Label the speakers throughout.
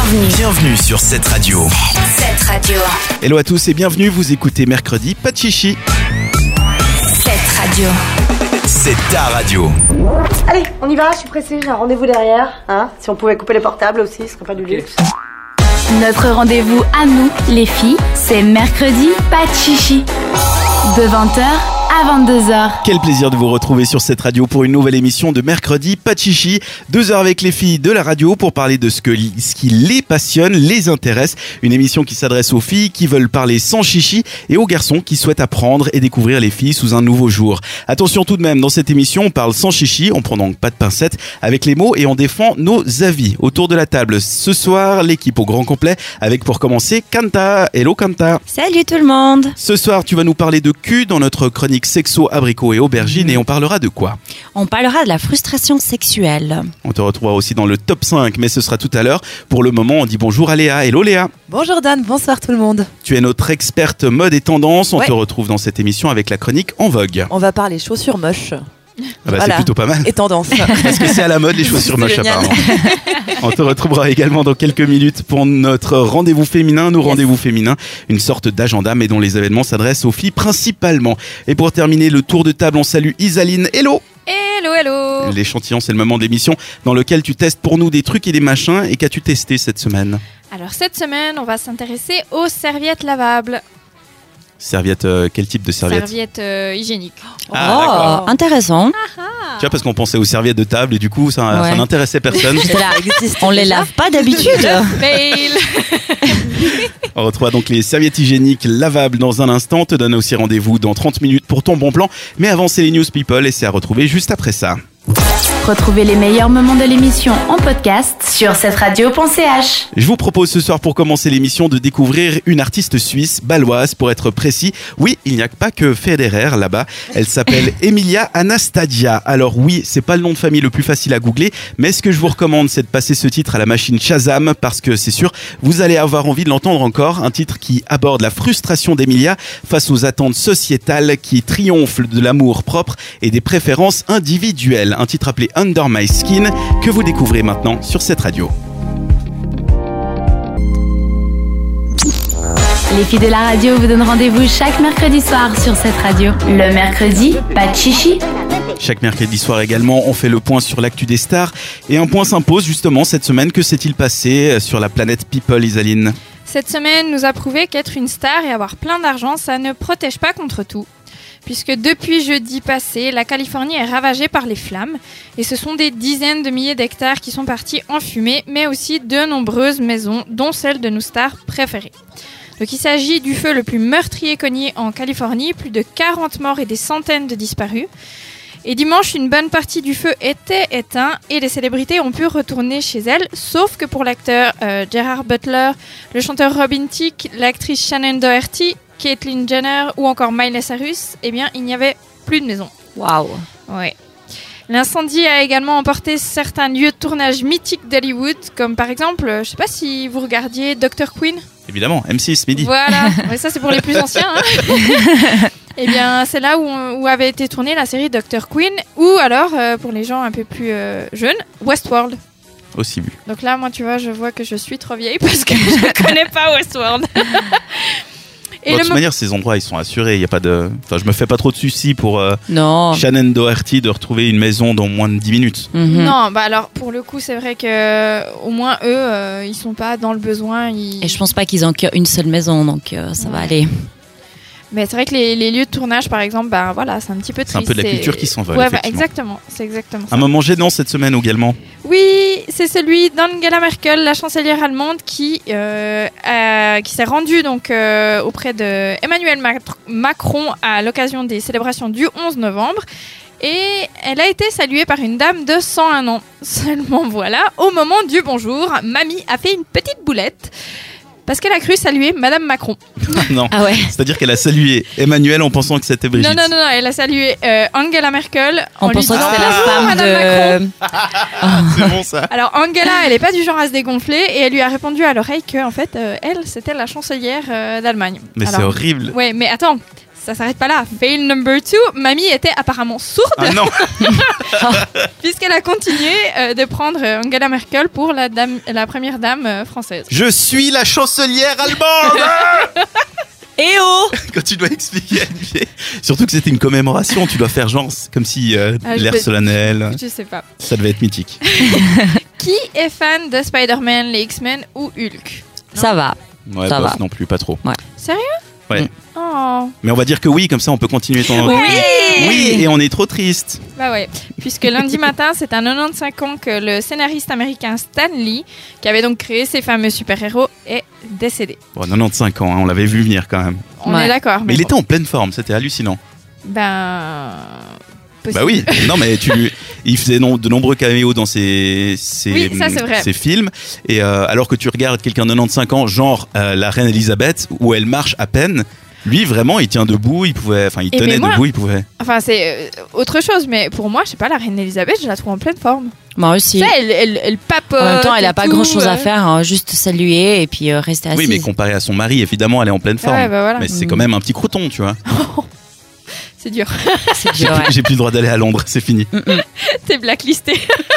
Speaker 1: Bienvenue sur cette radio.
Speaker 2: Cette radio.
Speaker 1: Hello à tous et bienvenue, vous écoutez Mercredi, pas de chichi.
Speaker 2: Cette radio.
Speaker 1: C'est ta radio.
Speaker 3: Allez, on y va, je suis pressée, j'ai un rendez-vous derrière. Si on pouvait couper les portables aussi, ce serait pas du luxe.
Speaker 4: Notre rendez-vous à nous, les filles, c'est mercredi, pas de chichi. De 20h à 22h.
Speaker 1: Quel plaisir de vous retrouver sur cette radio pour une nouvelle émission de Mercredi, pas de chichi. 2 heures avec les filles de la radio pour parler de ce qui les passionne, les intéresse. Une émission qui s'adresse aux filles qui veulent parler sans chichi et aux garçons qui souhaitent apprendre et découvrir les filles sous un nouveau jour. Attention tout de même, dans cette émission, on parle sans chichi, on prend donc pas de pincettes avec les mots et on défend nos avis. Autour de la table, ce soir, l'équipe au grand complet avec pour commencer Kanta. Hello Kanta.
Speaker 5: Salut tout le monde.
Speaker 1: Ce soir, tu vas nous parler de cul dans notre chronique sexo, abricot et aubergine et on parlera de quoi ?
Speaker 5: On parlera de la frustration sexuelle.
Speaker 1: On te retrouvera aussi dans le top 5, mais ce sera tout à l'heure. Pour le moment, on dit bonjour à Léa. Hello Léa.
Speaker 6: Bonjour Dan, bonsoir tout le monde.
Speaker 1: Tu es notre experte mode et tendance. On te retrouve dans cette émission avec la chronique En Vogue.
Speaker 6: On va parler chaussures moches.
Speaker 1: Voilà. C'est plutôt pas mal.
Speaker 6: Et tendance.
Speaker 1: Parce que c'est à la mode les chaussures moches apparemment. On te retrouvera également dans quelques minutes pour notre rendez-vous féminin, nos rendez-vous féminins, une sorte d'agenda mais dont les événements s'adressent aux filles principalement. Et pour terminer le tour de table, on salue Isaline. Hello.
Speaker 7: Hello.
Speaker 1: L'échantillon, c'est le moment de l'émission dans lequel tu testes pour nous des trucs et des machins. Et qu'as-tu testé cette semaine ?
Speaker 7: Alors cette semaine, on va s'intéresser aux serviettes lavables.
Speaker 1: Serviette, quel type de serviette ?
Speaker 7: Serviettes hygiéniques.
Speaker 1: D'accord.
Speaker 5: Intéressant.
Speaker 1: Tu vois, parce qu'on pensait aux serviettes de table et du coup, ça n'intéressait personne.
Speaker 5: On les lave pas d'habitude.
Speaker 7: Fail.
Speaker 1: On retrouve donc les serviettes hygiéniques lavables dans un instant. On te donne aussi rendez-vous dans 30 minutes pour ton bon plan. Mais avant, c'est les News People et c'est à retrouver juste après ça.
Speaker 4: Retrouvez les meilleurs moments de l'émission en podcast sur cetteradio.ch.
Speaker 1: Je vous propose ce soir pour commencer l'émission de découvrir une artiste suisse, bâloise pour être précis. Oui, il n'y a pas que Federer là-bas. Elle s'appelle Emilia Anastadia. Alors oui, c'est pas le nom de famille le plus facile à googler, mais ce que je vous recommande, c'est de passer ce titre à la machine Shazam parce que c'est sûr, vous allez avoir envie de l'entendre encore. Un titre qui aborde la frustration d'Emilia face aux attentes sociétales qui triomphent de l'amour propre et des préférences individuelles. Un titre appelé Under My Skin que vous découvrez maintenant sur cette radio.
Speaker 4: Les filles de la radio vous donnent rendez-vous chaque mercredi soir sur cette radio. Le mercredi, pas de chichi.
Speaker 1: Chaque mercredi soir également, on fait le point sur l'actu des stars. Et un point s'impose justement cette semaine. Que s'est-il passé sur la planète People, Isaline ?
Speaker 7: Cette semaine nous a prouvé qu'être une star et avoir plein d'argent, ça ne protège pas contre tout. Puisque depuis jeudi passé, la Californie est ravagée par les flammes et ce sont des dizaines de milliers d'hectares qui sont partis en fumée, mais aussi de nombreuses maisons, dont celle de nos stars préférées. Donc il s'agit du feu le plus meurtrier connu en Californie, plus de 40 morts et des centaines de disparus. Et dimanche, une bonne partie du feu était éteint et les célébrités ont pu retourner chez elles, sauf que pour l'acteur Gerard Butler, le chanteur Robin Thicke, l'actrice Shannon Doherty, Caitlyn Jenner ou encore Miley Cyrus, eh bien, il n'y avait plus de maison.
Speaker 5: Waouh.
Speaker 7: Ouais. L'incendie a également emporté certains lieux de tournage mythiques d'Hollywood, comme par exemple, je ne sais pas si vous regardiez Dr. Queen.
Speaker 1: Évidemment, M6, midi.
Speaker 7: Voilà, ouais, ça c'est pour les plus anciens. Eh bien, c'est là où avait été tournée la série Dr. Queen, ou alors, pour les gens un peu plus jeunes, Westworld.
Speaker 1: Aussi vu.
Speaker 7: Donc là, moi, tu vois, je vois que je suis trop vieille parce que je ne connais pas Westworld.
Speaker 1: Et de toute manière, ces endroits, ils sont assurés. Il y a pas de. Enfin, je me fais pas trop de soucis pour Shannon Doherty de retrouver une maison dans moins de 10 minutes.
Speaker 7: Mm-hmm. Non, bah alors pour le coup, c'est vrai que au moins eux, ils sont pas dans le besoin.
Speaker 5: Et je pense pas qu'ils ont qu'une seule maison, donc ça va aller.
Speaker 7: Mais c'est vrai que les lieux de tournage, par exemple, bah voilà, c'est un petit peu triste.
Speaker 1: C'est un peu de la culture qui s'envole.
Speaker 7: Ouais, bah, exactement. C'est exactement ça.
Speaker 1: Un moment gênant cette semaine également.
Speaker 7: Oui, c'est celui d'Angela Merkel, la chancelière allemande, qui s'est rendue donc auprès de Emmanuel Macron à l'occasion des célébrations du 11 novembre. Et elle a été saluée par une dame de 101 ans. Seulement voilà, au moment du bonjour, mamie a fait une petite boulette. Parce qu'elle a cru saluer Madame Macron.
Speaker 1: Non, c'est-à-dire qu'elle a salué Emmanuel en pensant que c'était Brigitte.
Speaker 7: Non, elle a salué Angela Merkel
Speaker 5: en pensant que c'était la femme
Speaker 7: Madame
Speaker 5: Macron.
Speaker 1: C'est bon ça.
Speaker 7: Alors Angela, elle n'est pas du genre à se dégonfler et elle lui a répondu à l'oreille que en fait, elle, c'était la chancelière d'Allemagne.
Speaker 1: Mais alors, c'est horrible.
Speaker 7: Ouais, mais attends. ça s'arrête pas là. Fail number 2, mamie était apparemment sourde.
Speaker 1: Ah non.
Speaker 7: Puisqu'elle a continué de prendre Angela Merkel pour la première dame française.
Speaker 1: Je suis la chancelière allemande.
Speaker 6: Eh oh!
Speaker 1: Quand tu dois expliquer à une vieille. Surtout que c'était une commémoration, tu dois faire genre comme si l'air solennel.
Speaker 7: Je sais pas.
Speaker 1: Ça devait être mythique.
Speaker 7: Qui est fan de Spider-Man, les X-Men ou Hulk?
Speaker 5: Ça va.
Speaker 1: Ouais,
Speaker 5: Ça
Speaker 1: bof,
Speaker 5: va.
Speaker 1: non plus, pas trop.
Speaker 7: Sérieux?
Speaker 1: Ouais.
Speaker 7: Oh.
Speaker 1: Mais on va dire que oui, comme ça on peut continuer ton.
Speaker 7: Oui.
Speaker 1: Oui, et on est trop triste.
Speaker 7: Bah ouais, puisque lundi matin, c'est à 95 ans que le scénariste américain Stan Lee, qui avait donc créé ces fameux super-héros, est décédé.
Speaker 1: Bon, 95 ans, hein, on l'avait vu venir quand même.
Speaker 7: On
Speaker 5: Ouais.
Speaker 7: est d'accord.
Speaker 1: Mais il
Speaker 7: bon.
Speaker 1: était en pleine forme, c'était hallucinant.
Speaker 7: Ben... possible.
Speaker 1: Bah oui, non mais il faisait de nombreux caméos dans ses
Speaker 7: Oui, ça, c'est vrai.
Speaker 1: ses films. Et alors que tu regardes quelqu'un de 95 ans, genre la reine Elisabeth, où elle marche à peine, lui vraiment il tient debout, il
Speaker 7: mais
Speaker 1: tenait
Speaker 7: moi-
Speaker 1: debout, il pouvait.
Speaker 7: Enfin, c'est autre chose, mais pour moi, je sais pas, la reine Elisabeth, je la trouve en pleine forme.
Speaker 5: Moi aussi.
Speaker 7: Tu sais, elle papote.
Speaker 5: En même temps, elle a
Speaker 7: et
Speaker 5: pas
Speaker 7: tout,
Speaker 5: grand chose à faire, hein, juste saluer et puis rester assise.
Speaker 1: Oui, mais comparé à son mari, évidemment, elle est en pleine forme.
Speaker 7: Ouais, bah voilà.
Speaker 1: Mais c'est quand même un petit crouton, tu vois.
Speaker 7: C'est dur.
Speaker 5: C'est
Speaker 1: J'ai
Speaker 5: dur, ouais.
Speaker 1: plus, j'ai plus le droit d'aller à Londres, c'est fini.
Speaker 7: T'es blacklisté.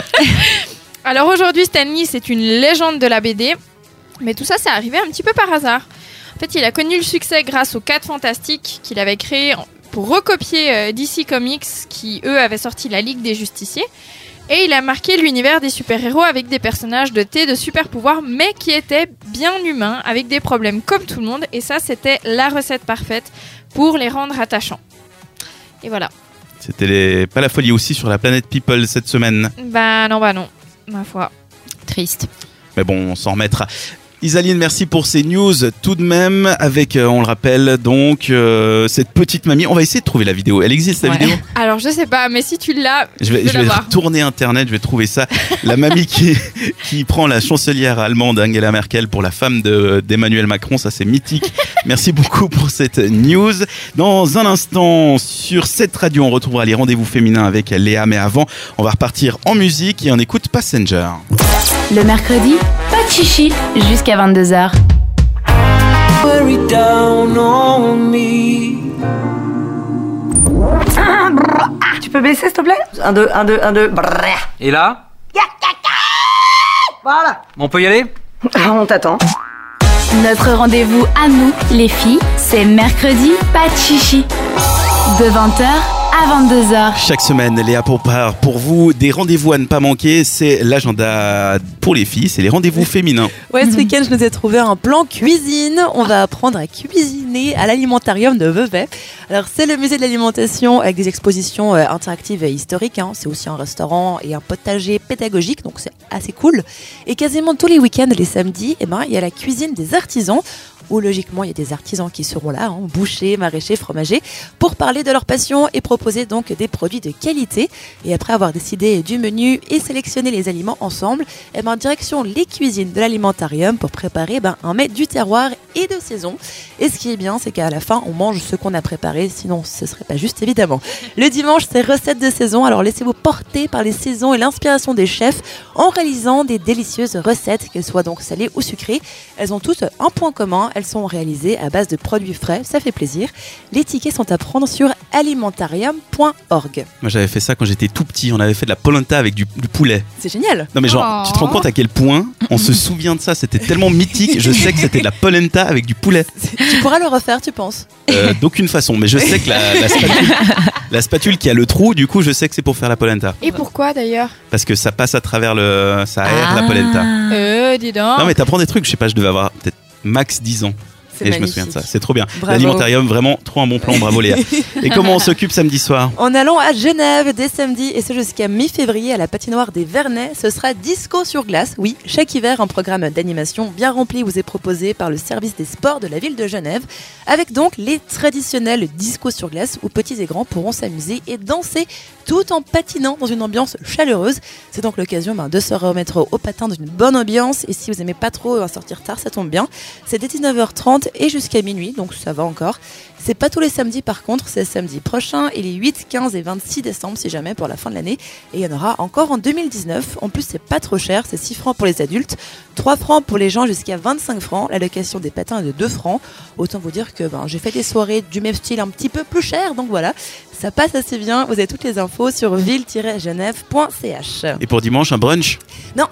Speaker 7: Alors aujourd'hui, Stan Lee, c'est une légende de la BD. Mais tout ça, c'est arrivé un petit peu par hasard. En fait, il a connu le succès grâce aux 4 Fantastiques qu'il avait créés pour recopier DC Comics, qui, eux, avaient sorti la Ligue des Justiciers. Et il a marqué l'univers des super-héros avec des personnages dotés de super-pouvoirs, mais qui étaient bien humains, avec des problèmes comme tout le monde. Et ça, c'était la recette parfaite pour les rendre attachants. Et voilà.
Speaker 1: C'était pas la folie aussi sur la planète People cette semaine.
Speaker 7: Bah non, ma foi.
Speaker 5: Triste.
Speaker 1: Mais bon, on s'en remettra. Isaline, merci pour ces news tout de même avec, on le rappelle, donc cette petite mamie. On va essayer de trouver la vidéo. Elle existe la
Speaker 5: Ouais.
Speaker 1: vidéo?
Speaker 7: Alors, je sais pas, mais si tu l'as,
Speaker 1: Je vais
Speaker 7: la voir.
Speaker 1: retourner Internet, je vais trouver ça. La mamie qui prend la chancelière allemande Angela Merkel pour la femme d'Emmanuel Macron, ça c'est mythique. Merci beaucoup pour cette news. Dans un instant, sur cette radio, on retrouvera les rendez-vous féminins avec Léa, mais avant, on va repartir en musique et on écoute Passenger.
Speaker 4: Le mercredi, pas de chichi jusqu'à 22h.
Speaker 3: Tu peux baisser, s'il te plaît? 1, 2, 1, 2, 1, 2.
Speaker 8: Et là?
Speaker 3: Voilà.
Speaker 8: On peut y aller?
Speaker 3: On t'attend.
Speaker 4: Notre rendez-vous à nous, les filles, c'est mercredi, pas de chichi. De 20h à 22h.
Speaker 1: Chaque semaine, Léa prépare pour vous des rendez-vous à ne pas manquer. C'est l'agenda pour les filles, c'est les rendez-vous féminins.
Speaker 6: Ouais, ce week-end, je nous ai trouvé un plan cuisine. On va apprendre à cuisiner à l'alimentarium de Vevey. Alors, c'est le musée de l'alimentation avec des expositions interactives et historiques. Hein. C'est aussi un restaurant et un potager pédagogique, donc c'est assez cool. Et quasiment tous les week-ends, les samedis, il y a la cuisine des artisans, où logiquement, il y a des artisans qui seront là, hein, bouchers, maraîchers, fromagers, pour parler de leur passion et proposer donc des produits de qualité. Et après avoir décidé du menu et sélectionné les aliments ensemble, direction les cuisines de l'alimentarium pour préparer un mets du terroir et de saison. Et ce qui est bien, c'est qu'à la fin, on mange ce qu'on a préparé, sinon ce serait pas juste évidemment. Le dimanche, c'est recettes de saison, alors laissez-vous porter par les saisons et l'inspiration des chefs en réalisant des délicieuses recettes, qu'elles soient donc salées ou sucrées. Elles ont toutes un point commun, elles sont réalisées à base de produits frais, ça fait plaisir. Les tickets sont à prendre sur alimentarium.org.
Speaker 1: Moi, j'avais fait ça quand j'étais tout petit. On avait fait de la polenta avec du poulet.
Speaker 6: C'est génial.
Speaker 1: Non mais genre,
Speaker 7: Oh.
Speaker 1: tu te rends compte à quel point on se souvient de ça. C'était tellement mythique. Je sais que c'était de la polenta avec du poulet.
Speaker 6: Tu pourras le refaire, tu penses?
Speaker 1: D'aucune façon. Mais je sais que la spatule qui a le trou, du coup, je sais que c'est pour faire la polenta.
Speaker 7: Et pourquoi d'ailleurs?
Speaker 1: Parce que ça passe à travers ça aère la polenta.
Speaker 7: Dis donc.
Speaker 1: Non mais t'apprends des trucs. Je sais pas, je devais avoir peut-être max 10 ans.
Speaker 6: C'est
Speaker 1: Et je me souviens de ça. C'est trop bien.
Speaker 6: Bravo.
Speaker 1: L'alimentarium, vraiment trop un bon plan. Bravo Léa. Et comment on s'occupe samedi soir?
Speaker 6: En allant à Genève dès samedi et ce jusqu'à mi-février à la patinoire des Vernets, ce sera disco sur glace. Oui, chaque hiver, un programme d'animation bien rempli vous est proposé par le service des sports de la ville de Genève, avec donc les traditionnels disco sur glace où petits et grands pourront s'amuser et danser tout en patinant dans une ambiance chaleureuse. C'est donc l'occasion de se remettre au patin dans une bonne ambiance et si vous aimez pas trop sortir tard, ça tombe bien. C'est dès 19h30 et jusqu'à minuit, donc ça va encore. C'est pas tous les samedis par contre, c'est samedi prochain et les 8, 15 et 26 décembre si jamais pour la fin de l'année. Et il y en aura encore en 2019. En plus, c'est pas trop cher, c'est 6 francs pour les adultes, 3 francs pour les gens jusqu'à 25 francs. La location des patins est de 2 francs. Autant vous dire que j'ai fait des soirées du même style un petit peu plus cher, donc voilà. Ça passe assez bien. Vous avez toutes les infos sur ville-genève.ch.
Speaker 1: Et pour dimanche, un brunch?
Speaker 6: Non.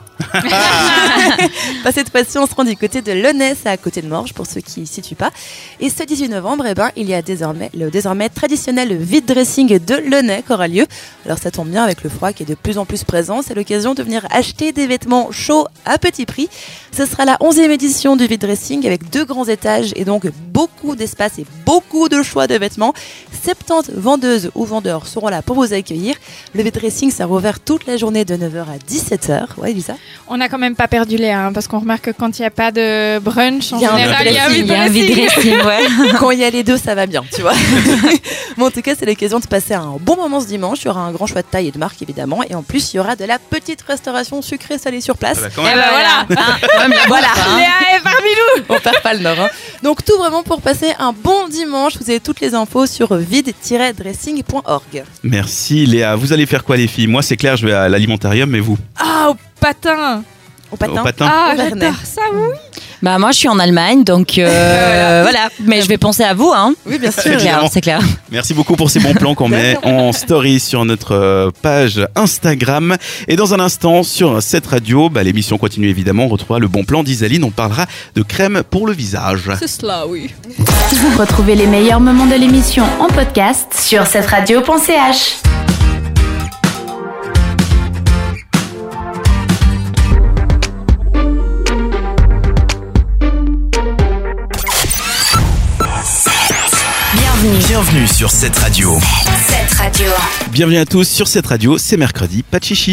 Speaker 6: Cette fois-ci, on se rend du côté de Launay, c'est à côté de Morges pour ceux qui ne situent pas. Et ce 18 novembre, il y a désormais le traditionnel vide dressing de Launay qui aura lieu. Alors ça tombe bien avec le froid qui est de plus en plus présent. C'est l'occasion de venir acheter des vêtements chauds à petit prix. Ce sera la 11e édition du vide dressing avec 2 grands étages et donc beaucoup d'espace et beaucoup de choix de vêtements. 70 vendeuses ou vendeurs seront là pour vous accueillir. Le vide dressing sera ouvert toute la journée de 9h à 17h. Ouais, Lisa.
Speaker 7: On n'a quand même pas perdu Léa, parce qu'on remarque que quand il n'y a pas de brunch, en
Speaker 6: Il y a un
Speaker 7: général, il y a
Speaker 5: Il y a un vide dressing, ouais.
Speaker 6: Quand il y a les deux, ça va bien, tu vois. Bon, en tout cas, c'est l'occasion de passer un bon moment ce dimanche. Il y aura un grand choix de taille et de marque, évidemment. Et en plus, il y aura de la petite restauration sucrée salée sur place.
Speaker 1: Ah bah, quand
Speaker 5: Et
Speaker 1: même.
Speaker 5: voilà.
Speaker 6: Voilà.
Speaker 7: Léa est parmi nous.
Speaker 6: On perd pas le nord. Donc, tout vraiment pour passer un bon dimanche. Vous avez toutes les infos sur vide-dressing.org.
Speaker 1: Merci Léa. Vous allez faire quoi les filles? Moi c'est clair, je vais à l'alimentarium, mais vous?
Speaker 7: Ah, au patin.
Speaker 6: Au patin.
Speaker 1: Au patin?
Speaker 7: Ah,
Speaker 6: Au Vernet.
Speaker 7: j'adore ça, oui.
Speaker 5: Bah moi je suis en Allemagne donc voilà. Mais je vais penser à vous hein.
Speaker 6: Oui, bien sûr.
Speaker 5: C'est clair, c'est clair.
Speaker 1: Merci beaucoup pour ces bons plans qu'on met en story sur notre page Instagram. Et dans un instant, sur cette radio, l'émission continue évidemment. On retrouvera le bon plan d'Isaline. On parlera de crème pour le visage.
Speaker 7: C'est cela, oui.
Speaker 4: Retrouvez les meilleurs moments de l'émission en podcast sur cetteradio.ch.
Speaker 2: Bienvenue
Speaker 8: sur cette radio.
Speaker 2: cette radio.
Speaker 1: Bienvenue à tous sur cette radio. C'est mercredi, pas de chichi.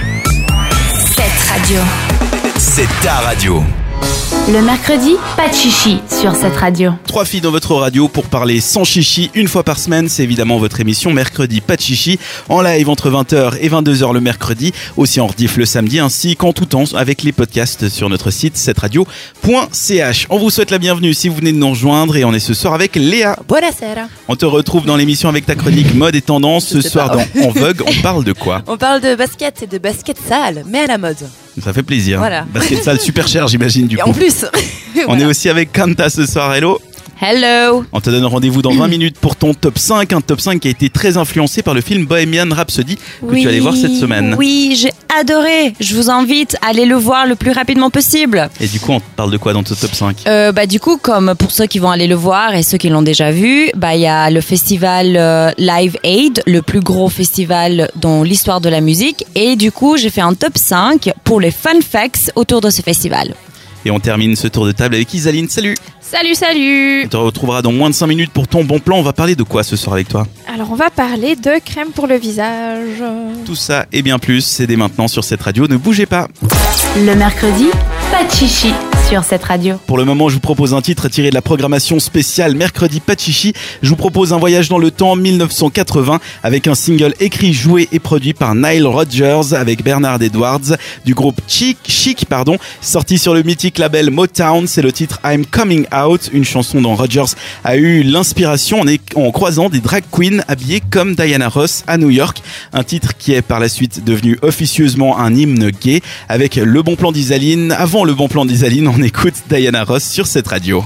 Speaker 2: Cette radio.
Speaker 8: C'est ta radio.
Speaker 4: Le mercredi, pas de chichi sur cette radio.
Speaker 1: 3 filles dans votre radio pour parler sans chichi une fois par semaine. C'est évidemment votre émission Mercredi pas de chichi en live entre 20h et 22h le mercredi, aussi en rediff le samedi ainsi qu'en tout temps avec les podcasts sur notre site cetteradio.ch. On vous souhaite la bienvenue si vous venez de nous rejoindre et on est ce soir avec Léa.
Speaker 6: Buonasera.
Speaker 1: On te retrouve dans l'émission avec ta chronique mode et tendance. Ce
Speaker 6: sais
Speaker 1: soir
Speaker 6: pas.
Speaker 1: dans En Vogue, on parle de quoi?
Speaker 6: On parle de basket et de basket sale, mais à la mode.
Speaker 1: Ça fait plaisir.
Speaker 6: Voilà.
Speaker 1: Basket salle super cher j'imagine du
Speaker 6: Et
Speaker 1: coup.
Speaker 6: en plus,
Speaker 1: On est aussi avec Kanta ce soir. Hello.
Speaker 5: Hello.
Speaker 1: On te donne rendez-vous dans 20 minutes pour ton top 5. Un top 5 qui a été très influencé par le film Bohemian Rhapsody que tu allais voir cette semaine.
Speaker 5: Oui, j'ai adoré. Je vous invite à aller le voir le plus rapidement possible.
Speaker 1: Et du coup, on te parle de quoi dans ce top 5?
Speaker 5: Du coup, comme pour ceux qui vont aller le voir et ceux qui l'ont déjà vu, il y a le festival Live Aid, le plus gros festival dans l'histoire de la musique. Et du coup, j'ai fait un top 5 pour les fun facts autour de ce festival.
Speaker 1: Et on termine ce tour de table avec Isaline. Salut.
Speaker 7: Salut, salut.
Speaker 1: On te retrouvera dans moins de 5 minutes pour ton bon plan. On va parler de quoi ce soir avec toi?
Speaker 7: Alors, on va parler de crème pour le visage.
Speaker 1: Tout ça et bien plus, c'est dès maintenant sur cette radio. Ne bougez pas.
Speaker 4: Le mercredi, pas de chichi sur cette radio.
Speaker 1: Pour le moment, je vous propose un titre tiré de la programmation spéciale Mercredi pas de chichi. Je vous propose un voyage dans le temps 1980 avec un single écrit, joué et produit par Nile Rodgers avec Bernard Edwards du groupe Chic, sorti sur le mythique label Motown. C'est le titre I'm Coming Out, une chanson dont Rodgers a eu l'inspiration en croisant des drag queens habillées comme Diana Ross à New York. Un titre qui est par la suite devenu officieusement un hymne gay avec le bon plan d'Isaline. Avant le bon plan d'Isaline, on écoute Diana Ross sur cette radio.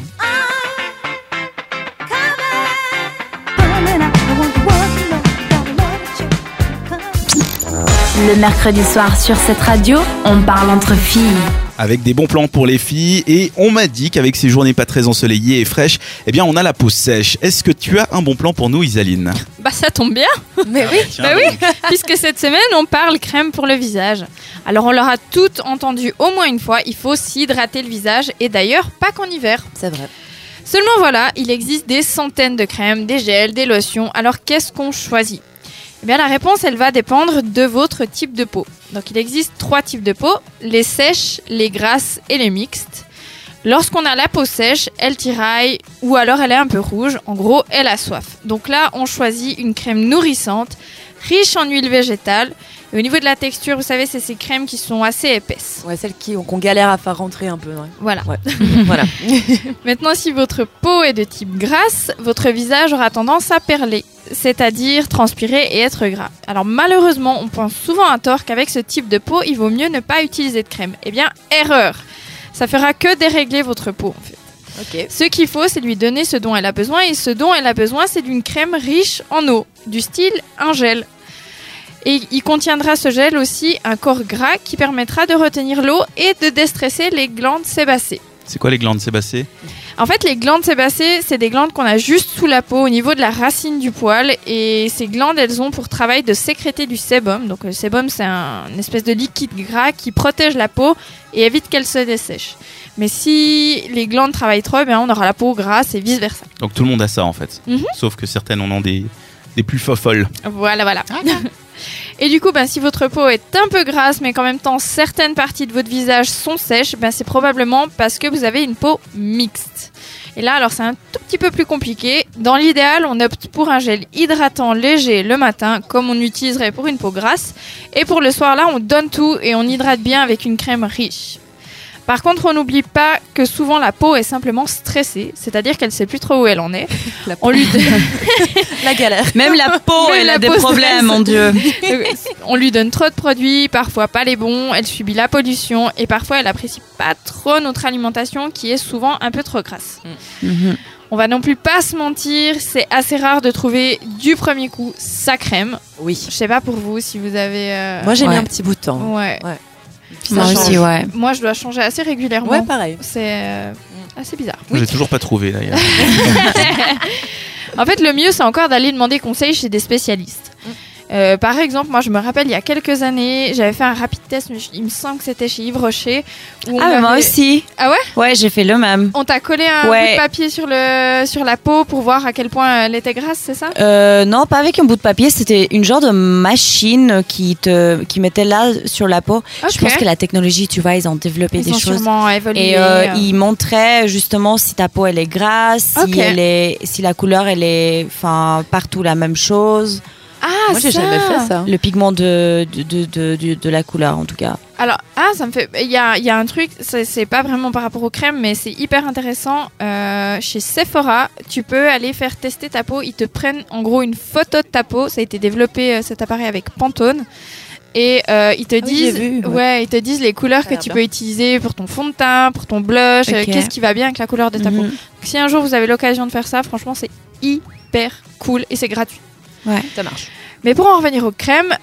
Speaker 4: Le mercredi soir sur cette radio, on parle entre filles.
Speaker 1: Avec des bons plans pour les filles et on m'a dit qu'avec ces journées pas très ensoleillées et fraîches, on a la peau sèche. Est-ce que tu as un bon plan pour nous, Isaline?
Speaker 7: Ça tombe bien.
Speaker 6: mais oui.
Speaker 7: Puisque cette semaine, on parle crème pour le visage. Alors, on l'aura toutes entendu au moins une fois, il faut s'hydrater le visage et d'ailleurs, pas qu'en hiver.
Speaker 6: C'est vrai.
Speaker 7: Seulement voilà, il existe des centaines de crèmes, des gels, des lotions. Alors, qu'est-ce qu'on choisit? La réponse, elle va dépendre de votre type de peau. Donc, il existe 3 types de peau, les sèches, les grasses et les mixtes. Lorsqu'on a la peau sèche, elle tiraille ou alors elle est un peu rouge. En gros, elle a soif. Donc là, on choisit une crème nourrissante, riche en huile végétale. Et au niveau de la texture, vous savez, c'est ces crèmes qui sont assez épaisses.
Speaker 6: Ouais, celles qu'on galère à faire rentrer un peu. Ouais.
Speaker 7: Voilà.
Speaker 6: Ouais. Voilà.
Speaker 7: Maintenant, si votre peau est de type grasse, votre visage aura tendance à perler, c'est-à-dire transpirer et être gras. Alors malheureusement, on pense souvent à tort qu'avec ce type de peau, il vaut mieux ne pas utiliser de crème. Eh bien, erreur. Ça fera que dérégler votre peau, en fait.
Speaker 6: Ok.
Speaker 7: Ce qu'il faut, c'est lui donner ce dont elle a besoin. Et ce dont elle a besoin, c'est d'une crème riche en eau, du style un gel. Et il contiendra ce gel aussi un corps gras qui permettra de retenir l'eau et de déstresser les glandes sébacées.
Speaker 1: C'est quoi les glandes sébacées?
Speaker 7: En fait, les glandes sébacées, c'est des glandes qu'on a juste sous la peau, au niveau de la racine du poil. Et ces glandes, elles ont pour travail de sécréter du sébum. Donc le sébum, c'est une espèce de liquide gras qui protège la peau et évite qu'elle se dessèche. Mais si les glandes travaillent trop, eh bien, on aura la peau grasse et vice-versa.
Speaker 1: Donc tout le monde a ça en fait. Sauf que certaines en ont des plus folles.
Speaker 7: Voilà. Et du coup, si votre peau est un peu grasse, mais qu'en même temps, certaines parties de votre visage sont sèches, c'est probablement parce que vous avez une peau mixte. Et là, alors c'est un tout petit peu plus compliqué. Dans l'idéal, on opte pour un gel hydratant léger le matin, comme on utiliserait pour une peau grasse. Et pour le soir, là, on donne tout et on hydrate bien avec une crème riche. Par contre, on n'oublie pas que souvent la peau est simplement stressée, c'est-à-dire qu'elle ne sait plus trop où elle en est. On lui
Speaker 6: La galère.
Speaker 5: Même la peau,
Speaker 7: Même
Speaker 5: elle
Speaker 7: la
Speaker 5: a des
Speaker 7: peau
Speaker 5: problèmes,
Speaker 7: stresse.
Speaker 5: mon Dieu.
Speaker 7: On lui donne trop de produits, parfois pas les bons, elle subit la pollution et parfois elle apprécie pas trop notre alimentation qui est souvent un peu trop grasse. On va non plus pas se mentir, c'est assez rare de trouver du premier coup sa crème.
Speaker 6: Oui.
Speaker 7: Je sais pas pour vous si vous avez...
Speaker 6: Moi, j'ai mis
Speaker 5: Ouais.
Speaker 6: un petit bout de temps.
Speaker 7: Ouais.
Speaker 6: Puis
Speaker 5: Moi
Speaker 6: ça
Speaker 5: aussi,
Speaker 6: change.
Speaker 5: ouais.
Speaker 7: Moi, je dois changer assez régulièrement.
Speaker 6: Ouais, pareil.
Speaker 7: C'est assez bizarre.
Speaker 1: Moi, j'ai toujours pas trouvé d'ailleurs.
Speaker 7: En fait, le mieux, c'est encore d'aller demander conseil chez des spécialistes. Par exemple, moi, je me rappelle, il y a quelques années, j'avais fait un rapide test, mais il me semble que c'était chez Yves Rocher. Où
Speaker 5: Ah, mais moi
Speaker 7: m'avait-
Speaker 5: aussi.
Speaker 7: Ah ouais?
Speaker 5: Ouais, j'ai fait le même.
Speaker 7: On t'a collé un
Speaker 5: Ouais.
Speaker 7: bout de papier sur la peau pour voir à quel point elle était grasse, c'est ça?
Speaker 5: Non, pas avec un bout de papier. C'était une genre de machine qui mettait là sur la peau. Je
Speaker 7: Ok.
Speaker 5: pense que la technologie, tu vois, ils ont développé
Speaker 7: Ils
Speaker 5: des
Speaker 7: ont
Speaker 5: choses.
Speaker 7: sûrement évolué.
Speaker 5: Et ils montraient justement si ta peau elle est grasse,
Speaker 7: Ok.
Speaker 5: si la couleur elle est, partout la même chose.
Speaker 7: Ah,
Speaker 6: Moi, j'ai
Speaker 7: ça.
Speaker 6: jamais fait ça.
Speaker 5: Le pigment de la couleur en tout cas.
Speaker 7: Alors, ça me fait. Il y a un truc, c'est pas vraiment par rapport aux crèmes, mais c'est hyper intéressant. Chez Sephora, tu peux aller faire tester ta peau. Ils te prennent en gros une photo de ta peau. Ça a été développé cet appareil avec Pantone. Et ils te
Speaker 6: oui, j'ai
Speaker 7: disent,
Speaker 6: vu,
Speaker 7: ils te disent les couleurs
Speaker 6: Ça a
Speaker 7: que
Speaker 6: l'air
Speaker 7: tu
Speaker 6: bien.
Speaker 7: peux utiliser pour ton fond de teint, pour ton blush,
Speaker 5: Ok.
Speaker 7: qu'est-ce qui va bien avec la couleur de ta peau.
Speaker 5: Mhm.
Speaker 7: Donc, si un jour vous avez l'occasion de faire ça, franchement, c'est hyper cool et c'est gratuit.
Speaker 5: Ouais.
Speaker 6: Ça marche.
Speaker 7: Mais pour en revenir aux crèmes,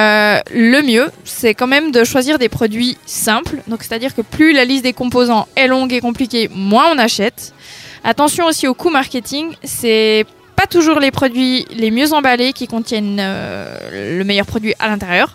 Speaker 7: le mieux, c'est quand même de choisir des produits simples. Donc, c'est-à-dire que plus la liste des composants est longue et compliquée, moins on achète. Attention aussi au coût marketing. C'est pas toujours les produits les mieux emballés qui contiennent le meilleur produit à l'intérieur.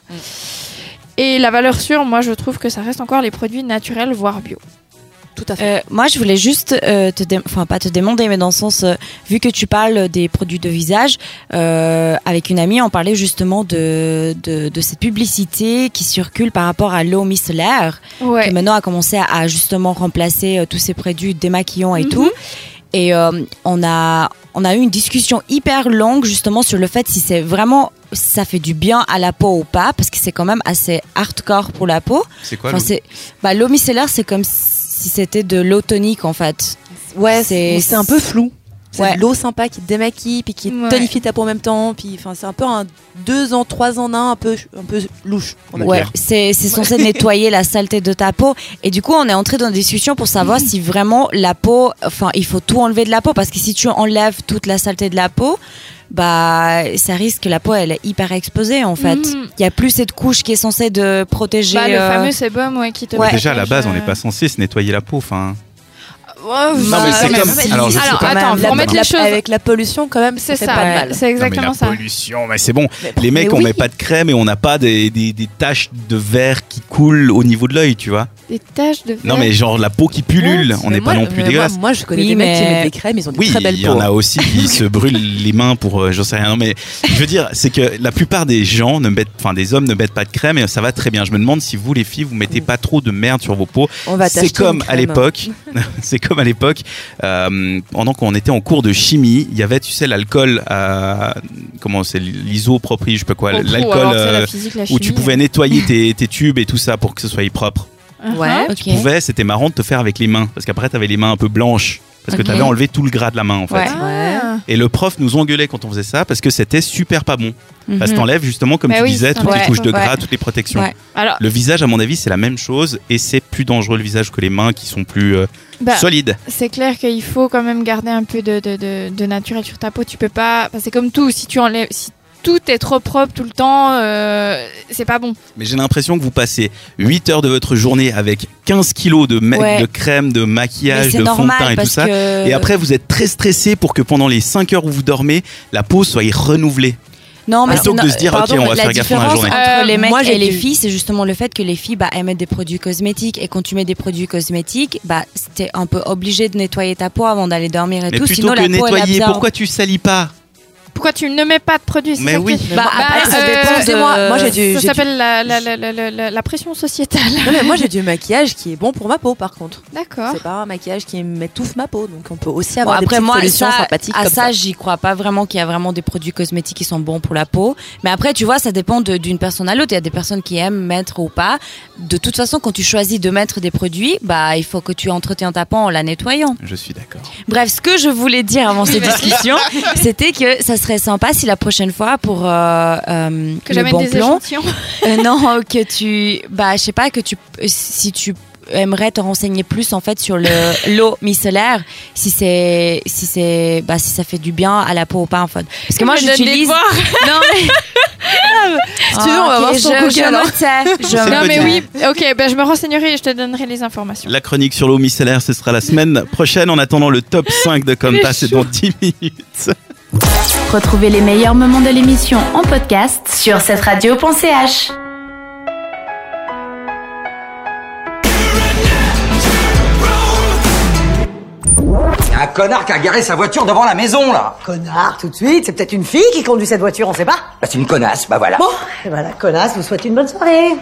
Speaker 7: Et la valeur sûre, moi, je trouve que ça reste encore les produits naturels, voire bio.
Speaker 6: Tout à fait.
Speaker 5: Moi, je voulais juste pas te demander, mais dans le sens, vu que tu parles des produits de visage, avec une amie, on parlait justement de cette publicité qui circule par rapport à l'eau micellaire,
Speaker 7: Ouais.
Speaker 5: qui maintenant a commencé à justement remplacer tous ces produits démaquillants et tout. Et on a eu une discussion hyper longue justement sur le fait si c'est vraiment ça fait du bien à la peau ou pas, parce que c'est quand même assez hardcore pour la peau.
Speaker 1: C'est quoi
Speaker 5: L'eau micellaire, c'est comme si c'était de l'eau tonique en fait.
Speaker 6: Ouais,
Speaker 5: c'est-
Speaker 6: c'est un peu flou. C'est
Speaker 5: Ouais.
Speaker 6: de l'eau sympa qui te démaquille puis qui
Speaker 7: Ouais.
Speaker 6: tonifie ta peau en même temps. Puis c'est un peu un 2 ans, 3 ans un peu louche. On va
Speaker 5: Ouais,
Speaker 6: dire.
Speaker 5: c'est censé nettoyer la saleté de ta peau. Et du coup, on est entré dans une discussion pour savoir si vraiment la peau, il faut tout enlever de la peau, parce que si tu enlèves toute la saleté de la peau, ça risque que la peau elle est hyper exposée en fait. Il y a plus cette couche qui est censée de protéger.
Speaker 7: Le fameux sébum qui te
Speaker 5: Ouais.
Speaker 1: Déjà à la
Speaker 7: protège,
Speaker 1: base, on n'est pas censé se nettoyer la peau.
Speaker 7: Ouais,
Speaker 1: Non, mais c'est comme- alors, je sais pas.
Speaker 7: attends, faut remettre les choses.
Speaker 6: Avec la pollution, quand même,
Speaker 7: C'est
Speaker 6: ça fait
Speaker 7: ça,
Speaker 6: pas de mal.
Speaker 7: c'est exactement
Speaker 1: non, mais
Speaker 7: ça.
Speaker 1: la pollution, mais c'est bon.
Speaker 6: Mais-
Speaker 1: Les mecs,
Speaker 6: mais
Speaker 1: on
Speaker 6: oui.
Speaker 1: met pas de crème et on n'a pas des taches de verre qui coulent au niveau de l'œil, tu vois.
Speaker 7: Des taches de
Speaker 1: Non,
Speaker 7: verre.
Speaker 1: mais genre la peau qui pullule. On
Speaker 6: Mais
Speaker 1: n'est pas
Speaker 6: moi-
Speaker 1: non plus
Speaker 6: mais
Speaker 1: dégueulasse.
Speaker 6: Moi, je connais
Speaker 5: Oui,
Speaker 6: des mecs qui
Speaker 5: mais-
Speaker 6: mettent des crèmes, ils ont des
Speaker 1: Oui,
Speaker 6: très belles
Speaker 1: il y
Speaker 6: peaux.
Speaker 1: en a aussi qui se brûlent les mains pour j'en sais rien. Non, mais je veux dire, c'est que la plupart des gens des hommes ne mettent pas de crème et ça va très bien. Je me demande si vous, les filles, vous mettez pas trop de merde sur vos peaux.
Speaker 6: On va
Speaker 1: C'est
Speaker 6: t'acheter
Speaker 1: comme
Speaker 6: une
Speaker 1: à
Speaker 6: crème.
Speaker 1: l'époque, c'est comme à l'époque, pendant qu'on était en cours de chimie, il y avait, tu sais, l'alcool, comment c'est, l'isopropyl, je sais pas quoi, l'alcool où tu pouvais nettoyer tes tubes et tout ça pour que ce soit propre.
Speaker 6: Ouais.
Speaker 5: Ok.
Speaker 1: Tu pouvais, c'était marrant de te faire avec les mains, parce qu'après t'avais les mains un peu blanches. Parce que
Speaker 5: Ok.
Speaker 1: tu avais enlevé tout le gras de la main en fait.
Speaker 5: Ouais.
Speaker 7: Ah.
Speaker 1: Et le prof nous engueulait quand on faisait ça parce que c'était super pas bon. Parce que t'enlèves justement, comme
Speaker 7: Bah
Speaker 1: tu
Speaker 7: oui,
Speaker 1: disais, toutes les
Speaker 5: ouais,
Speaker 1: couches de gras,
Speaker 5: ouais.
Speaker 1: toutes les protections.
Speaker 5: Ouais.
Speaker 7: Alors,
Speaker 1: Le visage, à mon avis, c'est la même chose et c'est plus dangereux le visage que les mains qui sont plus
Speaker 7: bah,
Speaker 1: solides.
Speaker 7: c'est clair qu'il faut quand même garder un peu de naturel sur ta peau. Tu peux pas. Enfin, c'est comme tout. Si tu enlèves. Si tout est trop propre tout le temps, c'est pas bon.
Speaker 1: Mais j'ai l'impression que vous passez 8 heures de votre journée avec 15 kilos de,
Speaker 5: Ouais.
Speaker 1: de crème, de
Speaker 5: Mais
Speaker 1: maquillage,
Speaker 5: c'est
Speaker 1: de fond de
Speaker 5: normal
Speaker 1: teint et tout
Speaker 5: parce
Speaker 1: ça.
Speaker 5: que...
Speaker 1: Et après, vous êtes très stressé pour que pendant les 5 heures où vous dormez, la peau soit renouvelée.
Speaker 5: Non, mais
Speaker 1: Plutôt que de se dire,
Speaker 5: pardon,
Speaker 1: ok, on va
Speaker 5: la
Speaker 1: faire gaffe dans la
Speaker 5: différence
Speaker 1: journée.
Speaker 5: entre les mecs
Speaker 6: moi, j'ai
Speaker 5: et les
Speaker 6: dû-
Speaker 5: filles, c'est justement le fait que les filles, elles mettent des produits cosmétiques. Et quand tu mets des produits cosmétiques, t'es un peu obligé de nettoyer ta peau avant d'aller dormir et
Speaker 1: Mais
Speaker 5: tout.
Speaker 1: plutôt
Speaker 5: Sinon,
Speaker 1: que
Speaker 5: la peau, elle
Speaker 1: nettoyer,
Speaker 5: absorbe.
Speaker 1: pourquoi tu salis pas?
Speaker 7: Pourquoi tu ne mets pas de produits? C'est
Speaker 1: Mais
Speaker 7: ça
Speaker 1: oui.
Speaker 7: qui est-
Speaker 5: Bah, après, ça dépend de-
Speaker 6: Moi, j'ai
Speaker 7: Ça
Speaker 6: du
Speaker 7: s'appelle la pression sociétale.
Speaker 6: non, mais moi j'ai du maquillage qui est bon pour ma peau par contre.
Speaker 7: D'accord.
Speaker 6: C'est pas un maquillage qui m'étouffe ma peau, donc on peut aussi
Speaker 5: Bon,
Speaker 6: avoir des
Speaker 5: après,
Speaker 6: petites
Speaker 5: moi,
Speaker 6: solutions
Speaker 5: ça,
Speaker 6: sympathiques
Speaker 5: à
Speaker 6: comme
Speaker 5: ça,
Speaker 6: ça.
Speaker 5: j'y crois pas vraiment qu'il y a vraiment des produits cosmétiques qui sont bons pour la peau. Mais après, tu vois, ça dépend d'une personne à l'autre. Il y a des personnes qui aiment mettre ou pas. De toute façon, quand tu choisis de mettre des produits, il faut que tu entretiens ta peau en la nettoyant.
Speaker 1: Je suis d'accord.
Speaker 5: Bref, ce que je voulais dire avant cette discussion, c'était que ça serait sympa si la prochaine fois pour
Speaker 7: Que
Speaker 5: le
Speaker 7: j'amène
Speaker 5: bon
Speaker 7: des
Speaker 5: plan,
Speaker 7: échantillons.
Speaker 5: non, que tu, je sais pas, que tu, si tu aimerais te renseigner plus en fait sur l'eau micellaire, si ça fait du bien à la peau ou pas en fait. Parce que moi
Speaker 7: Je donne des
Speaker 5: j'utilise.
Speaker 7: devoirs.
Speaker 5: Non mais.
Speaker 6: Si tu veux, on va voir sur Google,
Speaker 5: je
Speaker 6: hein.
Speaker 5: me tais.
Speaker 1: C'est
Speaker 7: Non
Speaker 1: pas
Speaker 7: mais
Speaker 1: dit.
Speaker 7: oui, ok, je me renseignerai et je te donnerai les informations.
Speaker 1: La chronique sur l'eau micellaire, ce sera la semaine prochaine. En attendant, le top 5 de Compas, c'est dans 10 minutes.
Speaker 4: Retrouvez les meilleurs moments de l'émission en podcast sur cetteradio.ch.
Speaker 9: Il y a un connard qui a garé sa voiture devant la maison, là.
Speaker 3: Connard, tout de suite. C'est peut-être une fille qui conduit cette voiture, on sait pas.
Speaker 9: Bah, c'est une connasse, bah voilà.
Speaker 3: Bon, et voilà, connasse, vous souhaite une bonne soirée.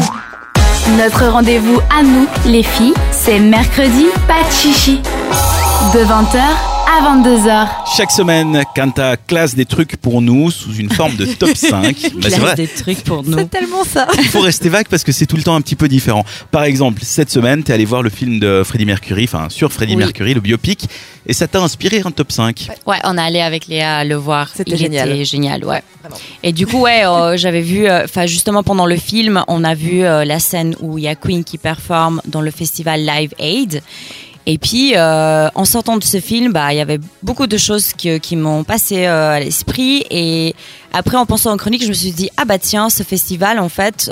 Speaker 4: Notre rendez-vous à nous, les filles, c'est mercredi, pas de chichi. De 20h à 22h.
Speaker 1: Chaque semaine, Kanta classe des trucs pour nous sous une forme de top 5. Bah, c'est
Speaker 5: Classe
Speaker 1: vrai.
Speaker 5: des trucs pour nous.
Speaker 6: C'est tellement ça.
Speaker 1: Il faut rester vague parce que c'est tout le temps un petit peu différent. Par exemple, cette semaine, t'es allé voir le film de Freddie Mercury, enfin sur Freddie
Speaker 5: Oui.
Speaker 1: Mercury, le biopic, et ça t'a inspiré un top 5.
Speaker 5: Ouais, on est allé avec Léa le voir.
Speaker 6: C'était génial.
Speaker 5: Était génial, ouais.
Speaker 6: Vraiment.
Speaker 5: Et du coup, j'avais vu, justement pendant le film, on a vu la scène où il y a Queen qui performe dans le festival Live Aid. Et puis, en sortant de ce film, il y avait beaucoup de choses qui m'ont passé à l'esprit. Et après, en pensant en chronique, je me suis dit, tiens, ce festival, en fait,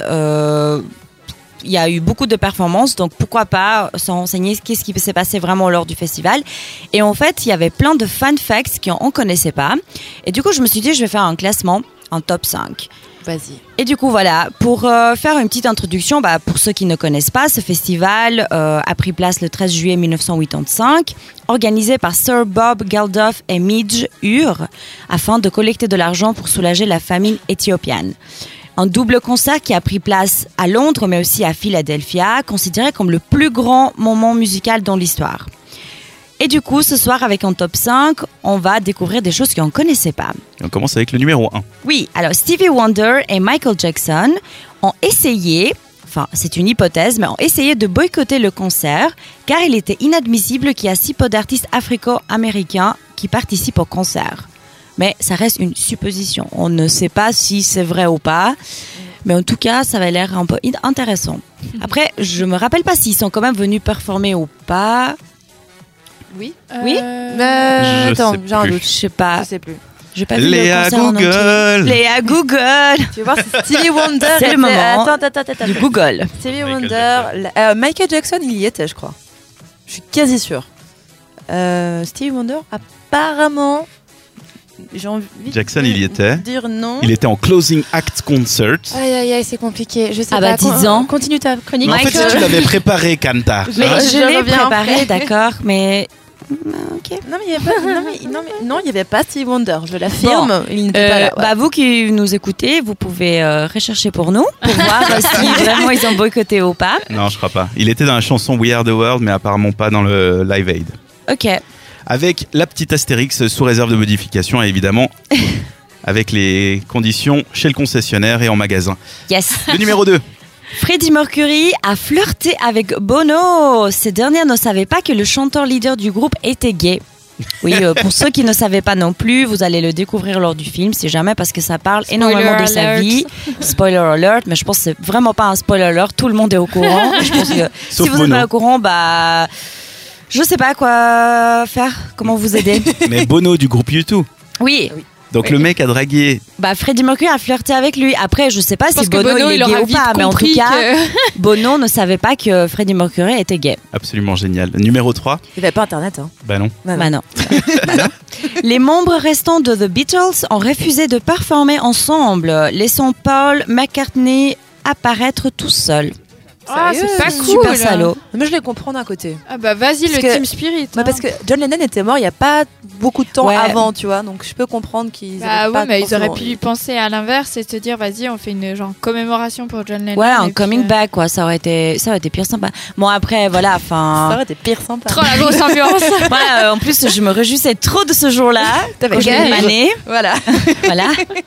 Speaker 5: il y a eu beaucoup de performances, donc pourquoi pas se renseigner qu'est-ce qui s'est passé vraiment lors du festival. Et en fait, il y avait plein de fun facts qu'on ne connaissait pas. Et du coup, je me suis dit, je vais faire un classement, un top 5.
Speaker 6: Vas-y.
Speaker 5: Et du coup, voilà, pour faire une petite introduction, pour ceux qui ne connaissent pas, ce festival a pris place le 13 juillet 1985, organisé par Sir Bob Geldof et Midge Ure, afin de collecter de l'argent pour soulager la famine éthiopienne. Un double concert qui a pris place à Londres, mais aussi à Philadelphia, considéré comme le plus grand moment musical dans l'histoire. Et du coup, ce soir, avec un top 5, on va découvrir des choses qu'on ne connaissait pas.
Speaker 1: Et on commence avec le numéro 1.
Speaker 5: Oui, alors Stevie Wonder et Michael Jackson ont essayé, c'est une hypothèse, mais ont essayé de boycotter le concert car il était inadmissible qu'il y a si peu d'artistes afro-américains qui participent au concert. Mais ça reste une supposition. On ne sait pas si c'est vrai ou pas. Mais en tout cas, ça avait l'air un peu intéressant. Après, je me rappelle pas s'ils sont quand même venus performer ou pas.
Speaker 6: Oui.
Speaker 5: Oui.
Speaker 1: Je
Speaker 6: Attends,
Speaker 1: sais
Speaker 6: j'ai un
Speaker 1: plus.
Speaker 6: doute.
Speaker 5: Je sais pas.
Speaker 6: Je sais plus.
Speaker 5: J'ai pas vu
Speaker 1: Léa
Speaker 5: le concert en entier.
Speaker 1: Google.
Speaker 5: Léa Google.
Speaker 6: Tu veux voir, c'est Stevie Wonder.
Speaker 5: C'est le
Speaker 6: était-
Speaker 5: moment.
Speaker 6: Attends.
Speaker 5: Du Google.
Speaker 6: Stevie
Speaker 1: Michael
Speaker 6: Wonder. Michael Jackson, il y était, je crois. Je suis quasi sûre. Stevie Wonder, apparemment. J'ai envie
Speaker 1: Jackson,
Speaker 6: de
Speaker 1: il y était.
Speaker 6: dire non.
Speaker 1: Il était en closing act concert.
Speaker 6: Aïe, c'est compliqué. Je sais
Speaker 5: Ah
Speaker 6: pas.
Speaker 5: bah, dites-en.
Speaker 6: Continue ta chronique.
Speaker 1: Mais en fait, si tu l'avais préparé, Kanta.
Speaker 5: Mais
Speaker 6: Hein
Speaker 5: je l'ai
Speaker 6: reviens
Speaker 5: préparé,
Speaker 6: après.
Speaker 5: d'accord, mais Ok.
Speaker 6: Non, mais il n'y avait pas Stevie Wonder, je l'affirme. Il n'était pas là.
Speaker 5: Bah, vous qui nous écoutez, vous pouvez rechercher pour nous, pour voir si vraiment ils ont boycotté ou pas.
Speaker 1: Non, je crois pas. Il était dans la chanson We Are the World, mais apparemment pas dans le Live Aid.
Speaker 5: Ok.
Speaker 1: Avec la petite astérix sous réserve de modification, et évidemment, avec les conditions chez le concessionnaire et en magasin.
Speaker 5: Yes.
Speaker 1: Le numéro 2.
Speaker 5: Freddie Mercury a flirté avec Bono. Ce dernier ne savait pas que le chanteur leader du groupe était gay. Oui, pour ceux qui ne savaient pas non plus, vous allez le découvrir lors du film, si jamais, parce que ça parle énormément de sa vie. Spoiler alert, mais je pense que c'est vraiment pas un spoiler alert. Tout le monde est au courant. Je pense que si vous n'êtes pas au courant, bah, je sais pas quoi faire, comment vous aider.
Speaker 1: Mais Bono du groupe U2.
Speaker 5: Oui.
Speaker 1: Donc le mec a dragué.
Speaker 5: Bah, Freddie Mercury a flirté avec lui. Après, je sais pas si Bono il est gay ou pas, mais en tout cas, Bono ne savait pas que Freddie Mercury était gay.
Speaker 1: Absolument génial. Numéro 3.
Speaker 6: Il n'y avait pas Internet. Hein.
Speaker 1: Bah non.
Speaker 5: Bah non. Les membres restants de The Beatles ont refusé de performer ensemble, laissant Paul McCartney apparaître tout seul.
Speaker 7: Ah, c'est pas cool.
Speaker 5: Super salaud.
Speaker 6: Mais je les comprends d'un côté.
Speaker 7: Ah bah vas-y,
Speaker 6: parce
Speaker 7: Team Spirit.
Speaker 6: Bah parce que John Lennon était mort il n'y a pas beaucoup de temps avant, tu vois. Donc je peux comprendre qu'ils
Speaker 7: mais ils auraient pu penser à l'inverse et te dire, vas-y, on fait une genre commémoration pour John Lennon.
Speaker 5: Ouais, un coming back, quoi. Ça aurait été pire sympa. Bon, après, voilà, enfin.
Speaker 6: Ça aurait été pire sympa.
Speaker 7: Trop la grosse ambiance.
Speaker 5: Ouais, en plus, je me réjouissais trop de ce jour-là. Quand j'avais une année.
Speaker 6: Voilà.
Speaker 5: Voilà.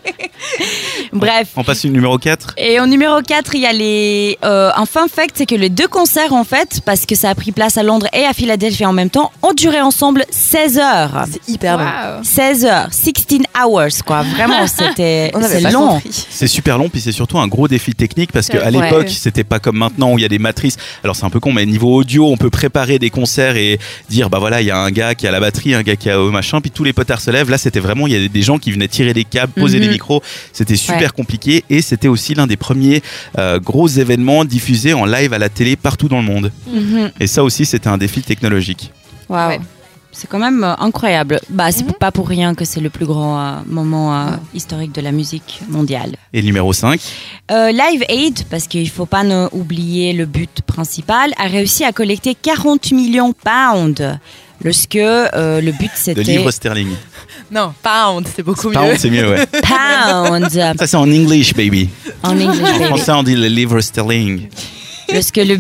Speaker 5: Bref.
Speaker 1: On passe au numéro 4.
Speaker 5: Et au numéro 4, il y a les. Un fun fact, c'est que les deux concerts, en fait, parce que ça a pris place à Londres et à Philadelphie en même temps, ont duré ensemble 16 heures.
Speaker 6: C'est hyper long.
Speaker 5: 16 heures, 16 hours, quoi. Vraiment, c'est long.
Speaker 6: Compris.
Speaker 1: C'est super long, puis c'est surtout un gros défi technique parce qu'à l'époque, c'était pas comme maintenant où il y a des matrices. Alors c'est un peu con, mais niveau audio, on peut préparer des concerts et dire, bah voilà, il y a un gars qui a la batterie, un gars qui a au machin, puis tous les potards se lèvent. Là, c'était vraiment, il y a des gens qui venaient tirer des câbles, poser des micros. C'était super compliqué et c'était aussi l'un des premiers gros événements diffusés en live à la télé partout dans le monde. Et ça aussi, c'était un défi technologique.
Speaker 5: Waouh. Ouais. C'est quand même incroyable. Bah, c'est pas pour rien que c'est le plus grand moment historique de la musique mondiale.
Speaker 1: Et le numéro 5
Speaker 5: Live Aid, parce qu'il faut pas oublier le but principal, a réussi à collecter 40 millions de pounds. Lorsque le but c'était...
Speaker 1: De livres sterling.
Speaker 6: Non, pound, c'est beaucoup mieux.
Speaker 1: Pound, c'est mieux, ouais.
Speaker 5: Pound.
Speaker 1: Ça, c'est en English, baby.
Speaker 5: En English, baby.
Speaker 1: En français, on dit le livre sterling.
Speaker 5: Lorsque le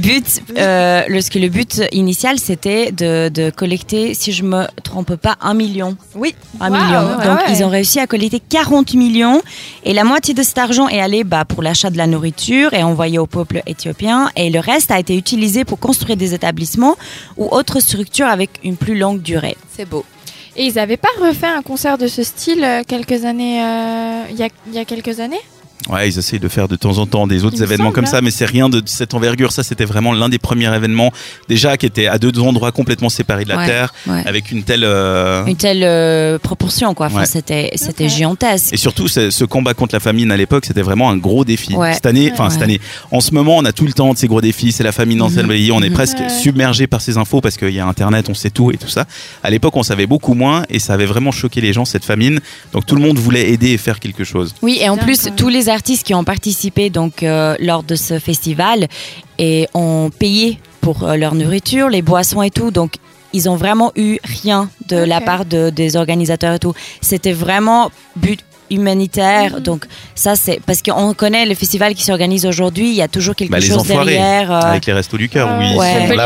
Speaker 5: but initial c'était de collecter, si je me trompe pas, 1 million.
Speaker 6: Oui.
Speaker 5: 1 million. Donc ils ont réussi à collecter 40 millions et la moitié de cet argent est allé pour l'achat de la nourriture et envoyé au peuple éthiopien et le reste a été utilisé pour construire des établissements ou autres structures avec une plus longue durée.
Speaker 6: C'est beau.
Speaker 7: Et ils n'avaient pas refait un concert de ce style quelques années, il y a quelques années?
Speaker 1: Ouais, ils essayent de faire de temps en temps des autres événements comme ça, mais c'est rien de cette envergure. Ça, c'était vraiment l'un des premiers événements, déjà, qui était à deux endroits complètement séparés de la Terre, avec une telle
Speaker 5: proportion, quoi. Enfin, c'était gigantesque.
Speaker 1: Et surtout, ce combat contre la famine à l'époque, c'était vraiment un gros défi. Cette année, en ce moment, on a tout le temps de ces gros défis. C'est la famine dans tel pays. On est presque submergé par ces infos parce qu'il y a Internet, on sait tout et tout ça. À l'époque, on savait beaucoup moins et ça avait vraiment choqué les gens, cette famine. Donc, tout le monde voulait aider et faire quelque chose.
Speaker 5: Oui, et en plus, tous les artistes qui ont participé donc lors de ce festival et ont payé pour leur nourriture, les boissons et tout. Donc ils ont vraiment eu rien de la part des organisateurs et tout. C'était vraiment but humanitaire. Donc ça c'est parce qu'on connaît le festival qui s'organise aujourd'hui, il y a toujours quelque chose derrière
Speaker 1: avec les Restos du Cœur. Oui,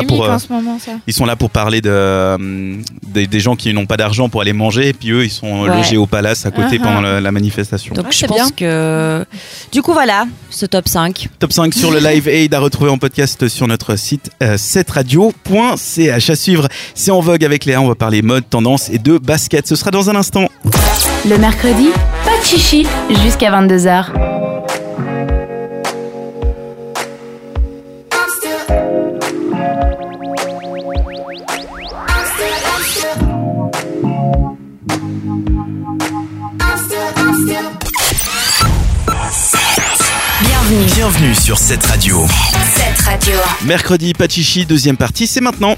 Speaker 1: ils sont là pour parler des gens qui n'ont pas d'argent pour aller manger et puis eux ils sont logés au Palace à côté pendant la manifestation.
Speaker 5: Donc je pense que du coup voilà ce top 5
Speaker 1: sur le Live Aid à retrouver en podcast sur notre site 7radio.ch. À suivre, c'est En Vogue avec Léa. On va parler mode, tendance et de basket. Ce sera dans un instant.
Speaker 4: Le mercredi, pas de chichi jusqu'à 22h.
Speaker 8: Bienvenue sur cette radio.
Speaker 2: Cette radio.
Speaker 1: Mercredi, pas de chichi, deuxième partie, c'est maintenant.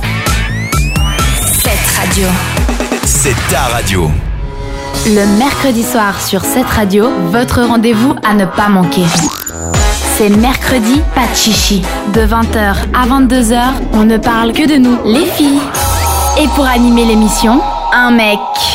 Speaker 2: Cette radio.
Speaker 8: C'est ta radio.
Speaker 4: Le mercredi soir sur cette radio, votre rendez-vous à ne pas manquer. C'est mercredi, pas de chichi. De 20h à 22h, on ne parle que de nous, les filles. Et pour animer l'émission, un mec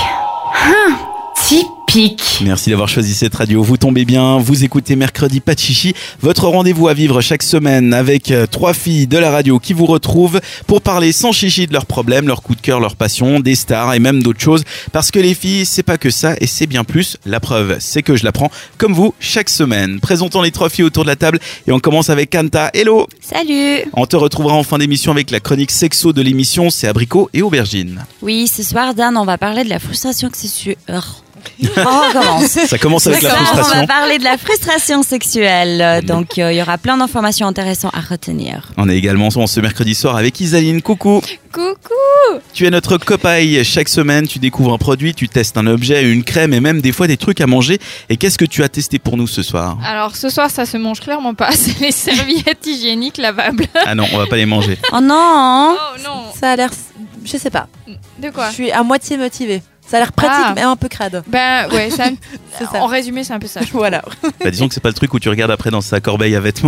Speaker 4: typique.
Speaker 1: Merci d'avoir choisi cette radio. Vous tombez bien, vous écoutez Mercredi Pas de Chichi, votre rendez-vous à vivre chaque semaine avec 3 filles de la radio qui vous retrouvent pour parler sans chichi de leurs problèmes, leurs coups de cœur, leurs passions, des stars et même d'autres choses. Parce que les filles, c'est pas que ça et c'est bien plus. La preuve, c'est que je l'apprends comme vous chaque semaine. Présentons les 3 filles autour de la table et on commence avec Kanta. Hello.
Speaker 5: Salut.
Speaker 1: On te retrouvera en fin d'émission avec la chronique sexo de l'émission, c'est abricot et aubergine.
Speaker 5: Oui, ce soir, Dan, on va parler de la frustration sexuelle. On recommence.
Speaker 1: Ça commence avec la
Speaker 5: On
Speaker 1: frustration.
Speaker 5: va parler de la frustration sexuelle. Donc, il y aura plein d'informations intéressantes à retenir.
Speaker 1: On est également ce mercredi soir avec Isaline. Coucou.
Speaker 7: Coucou.
Speaker 1: Tu es notre copaille. Chaque semaine, tu découvres un produit, tu testes un objet, une crème et même des fois des trucs à manger. Et qu'est-ce que tu as testé pour nous ce soir?
Speaker 7: Alors ce soir, ça se mange clairement pas. C'est les serviettes hygiéniques lavables.
Speaker 1: Ah non, on va pas les manger.
Speaker 5: Oh non.
Speaker 7: Oh non.
Speaker 6: Ça a l'air, je sais pas.
Speaker 7: De quoi?
Speaker 6: Je suis à moitié motivée. Ça a l'air pratique, mais un peu crade.
Speaker 7: Ben ouais, ça,
Speaker 6: C'est ça.
Speaker 7: en résumé, c'est un peu ça.
Speaker 6: Voilà.
Speaker 1: Bah, disons que c'est pas le truc où tu regardes après dans sa corbeille à vêtements.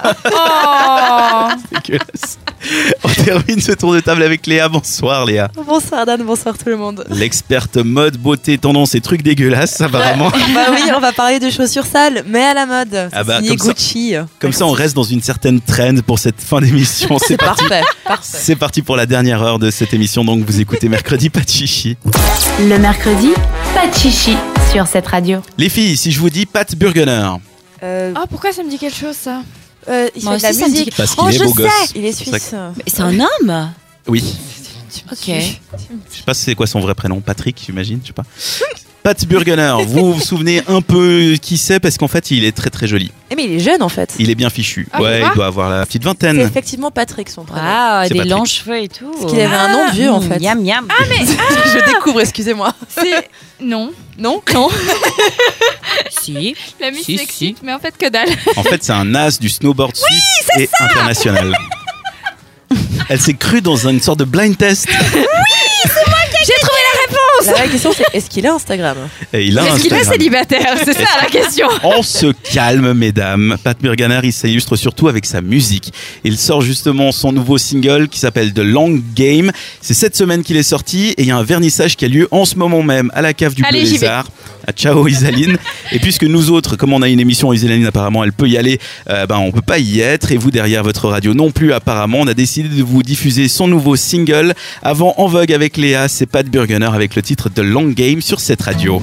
Speaker 7: Oh.
Speaker 1: Dégueulasse. On termine ce tour de table avec Léa. Bonsoir Léa.
Speaker 6: Bonsoir Dan, bonsoir tout le monde.
Speaker 1: L'experte mode, beauté, tendance et trucs dégueulasses apparemment.
Speaker 6: Bah oui, on va parler de chaussures sales, mais à la mode.
Speaker 1: Ah bah,
Speaker 6: Signé
Speaker 1: comme ça-
Speaker 6: Gucci.
Speaker 1: Comme ça on reste dans une certaine trend pour cette fin d'émission. C'est parti.
Speaker 6: Parfait, parfait.
Speaker 1: C'est parti pour la dernière heure de cette émission. Donc vous écoutez Mercredi Pas de Chichi.
Speaker 4: Le mercredi, pas de chichi sur cette radio.
Speaker 1: Les filles, si je vous dis Pat Burgener.
Speaker 7: Ah, pourquoi ça me dit quelque chose ça?
Speaker 6: Il
Speaker 5: Moi
Speaker 6: fait de la
Speaker 5: aussi, ça me dit
Speaker 6: musique.
Speaker 1: Parce qu'il
Speaker 6: Oh,
Speaker 1: est
Speaker 6: je
Speaker 1: beau
Speaker 6: sais.
Speaker 1: gosse.
Speaker 6: Il est
Speaker 1: C'est ça
Speaker 6: suisse.
Speaker 5: Mais c'est un homme.
Speaker 1: Oui.
Speaker 5: Ok.
Speaker 1: Je sais pas c'est quoi son vrai prénom. Patrick, j'imagine. Je sais pas. Pat Burgener. Vous vous souvenez un peu qui c'est parce qu'en fait il est très très joli.
Speaker 6: Eh, mais il est jeune en fait.
Speaker 1: Il est bien fichu.
Speaker 7: Ah,
Speaker 1: Ouais,
Speaker 7: tu vois
Speaker 1: il doit avoir la petite
Speaker 6: C'est
Speaker 1: vingtaine.
Speaker 6: effectivement Patrick son prénom.
Speaker 5: Ah,
Speaker 1: C'est
Speaker 5: des
Speaker 1: Patrick.
Speaker 5: longs cheveux et tout.
Speaker 6: Parce qu'il avait un nom de vieux en fait.
Speaker 5: Miam miam.
Speaker 7: Ah mais
Speaker 6: Je découvre, excusez-moi.
Speaker 7: c'est non.
Speaker 6: Non
Speaker 7: Non.
Speaker 5: Si.
Speaker 7: La mise
Speaker 5: Si,
Speaker 7: s'excite, mais en fait que dalle.
Speaker 1: En fait, c'est un as du snowboard suisse et international. Elle s'est crue dans une sorte de blind test.
Speaker 7: J'ai trouvé la réponse.
Speaker 6: La vraie question c'est est-ce qu'il a Instagram?
Speaker 1: Et il a un
Speaker 7: Est-ce qu'il est
Speaker 1: Instagram.
Speaker 7: célibataire? C'est ça la question.
Speaker 1: On se calme, mesdames. Pat Burgener, il s'illustre surtout avec sa musique. Il sort justement son nouveau single qui s'appelle The Long Game. C'est cette semaine qu'il est sorti et il y a un vernissage qui a lieu en ce moment même à la cave du
Speaker 7: Allez,
Speaker 1: Bleu
Speaker 7: j'y vais.
Speaker 1: Lézard. Ah, ciao Isaline. Et puisque nous autres, comme on a une émission, Isaline apparemment elle peut y aller, on peut pas y être. Et vous derrière votre radio non plus apparemment. On a décidé de vous diffuser son nouveau single. Avant En Vogue avec Léa, c'est Pat Burgener avec le titre The Long Game sur cette radio.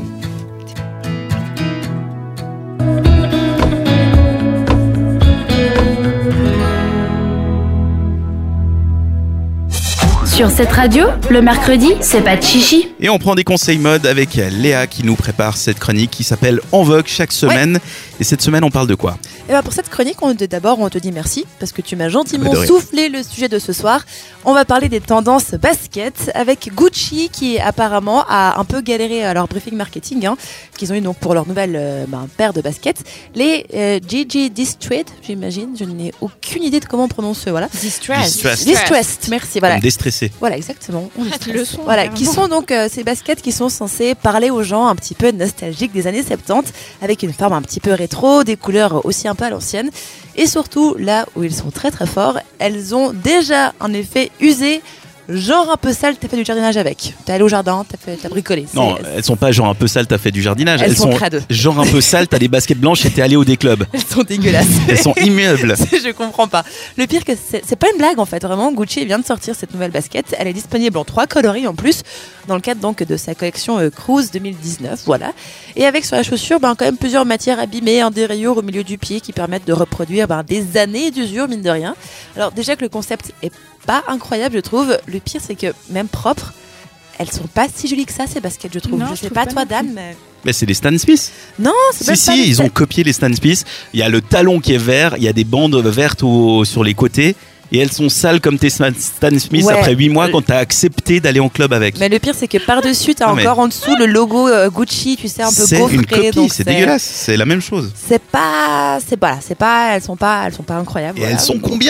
Speaker 4: Sur cette radio, le mercredi, c'est pas de chichi.
Speaker 1: Et on prend des conseils mode avec Léa qui nous prépare cette chronique qui s'appelle En Vogue chaque semaine. Et cette semaine, on parle de quoi?
Speaker 6: Et ben pour cette chronique, d'abord on te dit merci parce que tu m'as gentiment
Speaker 1: De rien.
Speaker 6: soufflé le sujet de ce soir. On va parler des tendances basket avec Gucci qui apparemment a un peu galéré à leur briefing marketing qu'ils ont eu donc pour leur nouvelle paire de baskets. Les GG Distressed, j'imagine, je n'ai aucune idée de comment on prononce voilà.
Speaker 1: Distressed.
Speaker 6: Distressed, merci, voilà.
Speaker 1: Comme déstressé.
Speaker 6: Voilà, exactement. On
Speaker 7: Arrête
Speaker 6: stresse.
Speaker 7: le son,
Speaker 6: Voilà,
Speaker 7: carrément.
Speaker 6: qui sont donc ces baskets qui sont censées parler aux gens un petit peu nostalgiques des années 70, avec une forme un petit peu rétro, des couleurs aussi un peu à l'ancienne. Et surtout, là où ils sont très très forts, elles ont déjà un effet usé, genre un peu sale, t'as fait du jardinage avec. T'es allé au jardin, t'as bricolé.
Speaker 1: Non, elles sont pas genre un peu sales, t'as fait du jardinage.
Speaker 6: Elles sont crades.
Speaker 1: genre un peu sales, t'as des baskets blanches et t'es allé au des clubs.
Speaker 6: Elles sont dégueulasses.
Speaker 1: Elles sont immuables.
Speaker 6: Je comprends pas. Le pire que c'est pas une blague en fait. Vraiment, Gucci vient de sortir cette nouvelle basket. Elle est disponible en 3 coloris en plus, dans le cadre donc de sa collection Cruise 2019. Voilà. Et avec sur la chaussure, quand même plusieurs matières abîmées, des rayures au milieu du pied qui permettent de reproduire des années d'usure mine de rien. Alors déjà que le concept est pas incroyable, je trouve. Le pire, c'est que même propres, elles sont pas si jolies que ça ces baskets, je trouve.
Speaker 7: Non,
Speaker 6: je
Speaker 7: je
Speaker 6: sais
Speaker 7: trouve
Speaker 6: pas
Speaker 7: pas
Speaker 6: toi
Speaker 7: non
Speaker 6: Dan,
Speaker 7: plus.
Speaker 6: mais
Speaker 1: Mais c'est des Stan Smith.
Speaker 6: non, c'est
Speaker 1: Si,
Speaker 6: même pas
Speaker 1: si,
Speaker 6: des-
Speaker 1: ils ont copié les Stan Smith. Il y a le talon qui est vert, il y a des bandes vertes sur les côtés. Et elles sont sales comme tes Stan Smith
Speaker 6: Ouais.
Speaker 1: après 8 mois quand t'as accepté d'aller en club avec.
Speaker 6: Mais le pire, c'est que par-dessus, t'as
Speaker 1: Non, mais-
Speaker 6: encore en dessous le logo Gucci, tu sais, un peu
Speaker 1: C'est
Speaker 6: gaufré.
Speaker 1: une copie,
Speaker 6: donc
Speaker 1: c'est dégueulasse. C'est la même chose.
Speaker 6: elles sont pas incroyables.
Speaker 1: Et
Speaker 6: voilà.
Speaker 1: elles sont combien?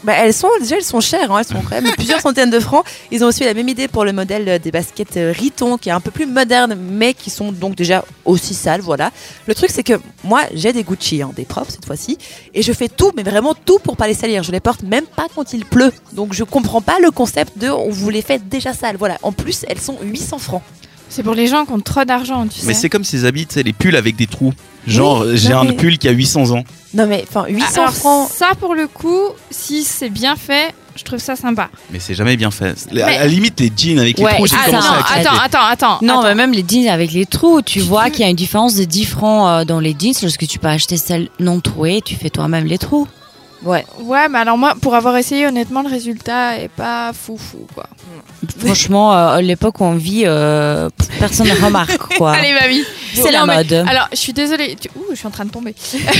Speaker 6: Elles sont chères, hein. Elles sont quand même plusieurs centaines de francs. Ils ont aussi eu la même idée pour le modèle des baskets Riton, qui est un peu plus moderne, mais qui sont donc déjà aussi sales, voilà. Le truc, c'est que moi, j'ai des Gucci, hein, des propres cette fois-ci, et je fais tout, mais vraiment tout pour pas les salir. Je les porte même pas quand il pleut. Donc je comprends pas le concept de on vous les fait déjà sales. Voilà. En plus, elles sont 800 francs.
Speaker 7: C'est pour les gens qui ont trop d'argent, tu sais.
Speaker 1: Mais c'est comme ces habits, tu sais, les pulls avec des trous. Genre,
Speaker 6: Oui,
Speaker 1: j'ai
Speaker 6: non,
Speaker 1: un
Speaker 6: mais-
Speaker 1: pull qui a 800 ans.
Speaker 6: Non mais enfin 800
Speaker 7: Alors,
Speaker 6: francs.
Speaker 7: ça, pour le coup, si c'est bien fait, je trouve ça sympa.
Speaker 1: Mais c'est jamais bien fait. À
Speaker 7: Mais-
Speaker 1: la limite, les jeans avec les
Speaker 5: Ouais,
Speaker 1: trous, j'ai
Speaker 5: ah,
Speaker 1: commencé
Speaker 5: non,
Speaker 1: à accepter.
Speaker 7: attends.
Speaker 5: Non,
Speaker 7: attends.
Speaker 5: mais même les jeans avec les trous, tu vois qu'il y a une différence de 10 francs dans les jeans lorsque tu peux acheter celles non trouées, tu fais toi-même les trous.
Speaker 6: Ouais.
Speaker 7: Ouais, mais alors moi, pour avoir essayé, honnêtement, le résultat est pas foufou, quoi.
Speaker 5: Franchement, à l'époque où on vit, personne ne remarque, quoi.
Speaker 7: Allez, mamie.
Speaker 5: C'est la
Speaker 7: Non, mais-
Speaker 5: mode.
Speaker 7: Alors, je suis désolée. Ouh, je suis en train de tomber.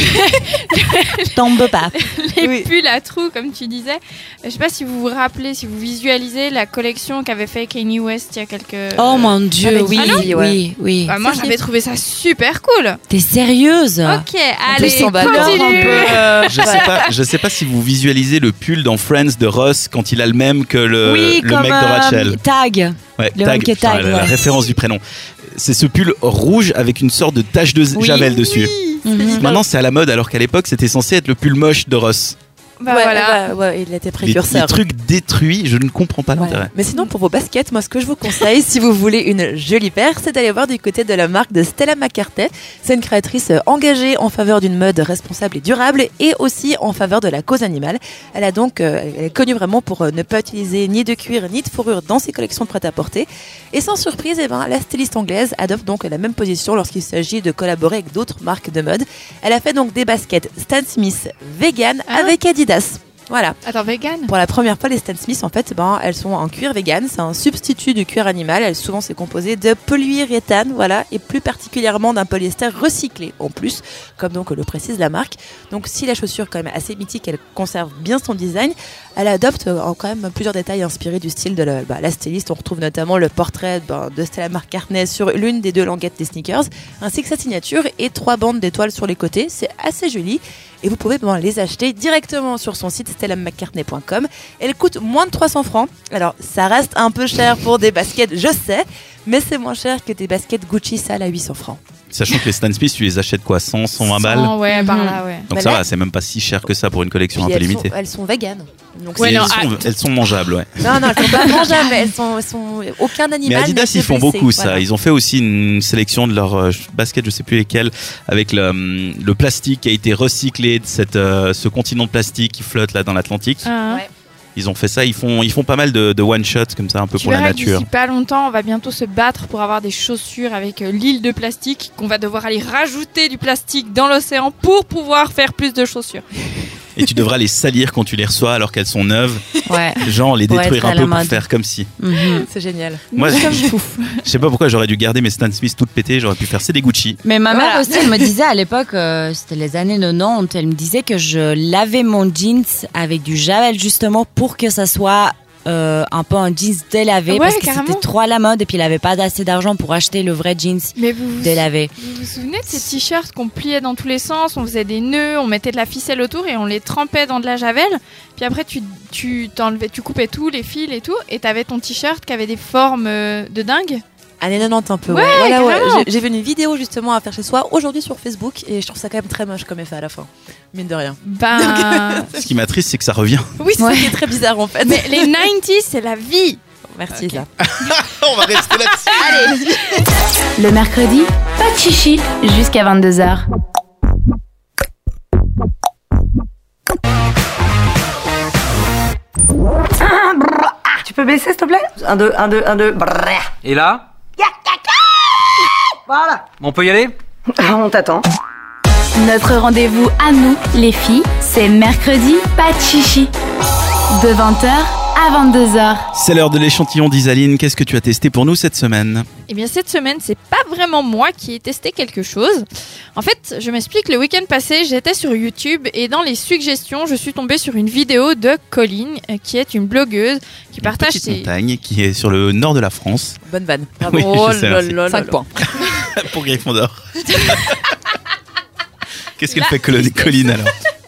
Speaker 5: Tombe pas.
Speaker 7: Les
Speaker 6: Oui.
Speaker 7: pulls à trous, comme tu disais. Je sais pas si vous vous rappelez, si vous visualisez la collection qu'avait fait Kanye West il y a quelques...
Speaker 5: Oh mon dieu,
Speaker 6: avec
Speaker 5: oui,
Speaker 6: Gigi, ouais.
Speaker 5: oui.
Speaker 7: Bah, moi, j'avais trouvé ça super cool.
Speaker 5: T'es sérieuse?
Speaker 7: Ok,
Speaker 6: On peut
Speaker 7: allez,
Speaker 6: s'emballer un
Speaker 7: continue.
Speaker 6: peu.
Speaker 1: Je sais pas si vous visualisez le pull dans Friends de Ross quand il a le même que le
Speaker 5: comme
Speaker 1: mec de Rachel.
Speaker 5: Tag.
Speaker 1: Ouais,
Speaker 5: le même qui est Tag,
Speaker 1: la
Speaker 5: ouais.
Speaker 1: référence du prénom. C'est ce pull rouge avec une sorte de tache de
Speaker 5: Oui.
Speaker 1: javel dessus.
Speaker 5: Mhm.
Speaker 1: Maintenant, c'est à la mode alors qu'à l'époque, c'était censé être le pull moche de Ross.
Speaker 7: Bah voilà.
Speaker 6: ouais, il était
Speaker 1: Les
Speaker 6: précurseur.
Speaker 1: trucs détruits, je ne comprends pas
Speaker 6: Voilà.
Speaker 1: l'intérêt.
Speaker 6: Mais sinon, pour vos baskets, moi, ce que je vous conseille, si vous voulez une jolie paire, c'est d'aller voir du côté de la marque de Stella McCartney. C'est une créatrice engagée en faveur d'une mode responsable et durable et aussi en faveur de la cause animale. Elle est connue vraiment pour ne pas utiliser ni de cuir ni de fourrure dans ses collections de prêt-à-porter. Et sans surprise, la styliste anglaise adopte donc la même position lorsqu'il s'agit de collaborer avec d'autres marques de mode. Elle a fait donc des baskets Stan Smith vegan avec Adidas. Voilà.
Speaker 7: Attends, vegan.
Speaker 6: Pour la première fois, les Stan Smith, en fait, elles sont en cuir vegan. C'est un substitut du cuir animal. Souvent, c'est composé de polyuréthane, voilà, et plus particulièrement d'un polyester recyclé en plus, comme donc le précise la marque. Donc, si la chaussure, quand même assez mythique, elle conserve bien son design, elle adopte quand même plusieurs détails inspirés du style de la styliste. On retrouve notamment le portrait de Stella McCartney sur l'une des deux languettes des sneakers, ainsi que sa signature et 3 bandes d'étoiles sur les côtés. C'est assez joli. Et vous pouvez les acheter directement sur son site stellamccartney.com. Elles coûtent moins de 300 francs. Alors, ça reste un peu cher pour des baskets, je sais, mais c'est moins cher que des baskets Gucci sales à 800 francs.
Speaker 1: Sachant que les Stan Smith, tu les achètes quoi, 100, 120 balles?
Speaker 7: Ouais, par là, ouais.
Speaker 1: Donc
Speaker 6: Mais
Speaker 1: ça
Speaker 6: là-
Speaker 1: va, c'est même pas si cher que ça pour une collection un
Speaker 6: Puis
Speaker 1: peu limitée.
Speaker 6: elles sont véganes. Donc
Speaker 7: Ouais,
Speaker 1: Et
Speaker 7: non,
Speaker 1: elles sont mangeables, ouais.
Speaker 6: non, elles sont pas mangeables, mais elles sont aucun animal.
Speaker 1: Mais Adidas,
Speaker 6: n'est
Speaker 1: ils font
Speaker 6: blessé.
Speaker 1: beaucoup ça.
Speaker 6: Voilà.
Speaker 1: Ils ont fait aussi une sélection de leurs baskets, je sais plus lesquelles, avec le plastique qui a été recyclé de ce continent de plastique qui flotte là dans l'Atlantique.
Speaker 7: Hein.
Speaker 6: Ouais.
Speaker 1: Ils ont fait ça, ils font pas mal de one shot comme ça, un peu
Speaker 7: Tu
Speaker 1: pour la
Speaker 7: verras que
Speaker 1: nature.
Speaker 7: d'ici pas longtemps, on va bientôt se battre pour avoir des chaussures avec l'île de plastique, qu'on va devoir aller rajouter du plastique dans l'océan pour pouvoir faire plus de chaussures.
Speaker 1: Et tu devras les salir quand tu les reçois alors qu'elles sont neuves.
Speaker 5: Ouais.
Speaker 1: Genre les
Speaker 5: Pour
Speaker 1: détruire
Speaker 5: être à
Speaker 1: un
Speaker 5: la
Speaker 1: peu pour
Speaker 5: mode.
Speaker 1: faire comme si.
Speaker 5: Mhm.
Speaker 6: C'est génial.
Speaker 1: Moi, je sais pas pourquoi j'aurais dû garder mes Stan Smith toutes pétées. J'aurais pu faire c'est des Gucci.
Speaker 5: Mais ma mère
Speaker 6: Voilà.
Speaker 5: aussi, elle me disait à l'époque, c'était les années 90, elle me disait que je lavais mon jeans avec du javel justement pour que ça soit un peu un jeans délavé
Speaker 7: Ouais,
Speaker 5: parce que
Speaker 7: carrément.
Speaker 5: c'était trop à la mode et puis il avait pas assez d'argent pour acheter le vrai jeans
Speaker 7: Mais vous
Speaker 5: délavé.
Speaker 7: vous souvenez de ces t-shirts qu'on pliait dans tous les sens, on faisait des nœuds, on mettait de la ficelle autour et on les trempait dans de la javel. Puis après, tu coupais tout, les fils et tout, et t'avais ton t-shirt qui avait des formes de dingue.
Speaker 6: Années 90 un peu.
Speaker 7: Ouais,
Speaker 6: Voilà,
Speaker 7: carrément.
Speaker 6: J'ai vu une vidéo justement à faire chez soi aujourd'hui sur Facebook et je trouve ça quand même très moche comme effet à la fin. Mine de rien.
Speaker 7: Ben.
Speaker 1: Ce qui m'attriste, c'est que ça revient.
Speaker 6: Oui, c'est
Speaker 5: Ouais.
Speaker 6: ça qui est très bizarre en fait.
Speaker 7: Mais les 90s, c'est la vie.
Speaker 6: Merci
Speaker 7: Ok.
Speaker 6: Isa.
Speaker 1: On va rester là-dessus.
Speaker 4: Le mercredi, pas de chichi jusqu'à 22h.
Speaker 3: Tu peux baisser, s'il te plaît 1, 2, 1, 2, 1, 2.
Speaker 9: Et là
Speaker 3: Voilà.
Speaker 9: On peut y aller?
Speaker 3: On t'attend.
Speaker 4: Notre rendez-vous à nous, les filles, c'est mercredi, pas de chichi. De 20h à 22h.
Speaker 1: C'est l'heure de l'échantillon d'Isaline. Qu'est-ce que tu as testé pour nous cette semaine?
Speaker 7: Eh bien, cette semaine, c'est pas vraiment moi qui ai testé quelque chose. En fait, je m'explique, le week-end passé, j'étais sur YouTube et dans les suggestions, je suis tombée sur une vidéo de Colline, qui est une blogueuse qui partage
Speaker 1: Petite
Speaker 7: ses...
Speaker 1: montagne qui est sur le nord de la France.
Speaker 6: Bonne vanne. Bravo.
Speaker 1: Oui,
Speaker 6: Oh
Speaker 1: je sais,
Speaker 6: là
Speaker 1: merci.
Speaker 6: là là
Speaker 5: 5
Speaker 6: là.
Speaker 5: points.
Speaker 1: Pour Gryffondor. Qu'est-ce qu'elle
Speaker 7: Là,
Speaker 1: fait Colline alors?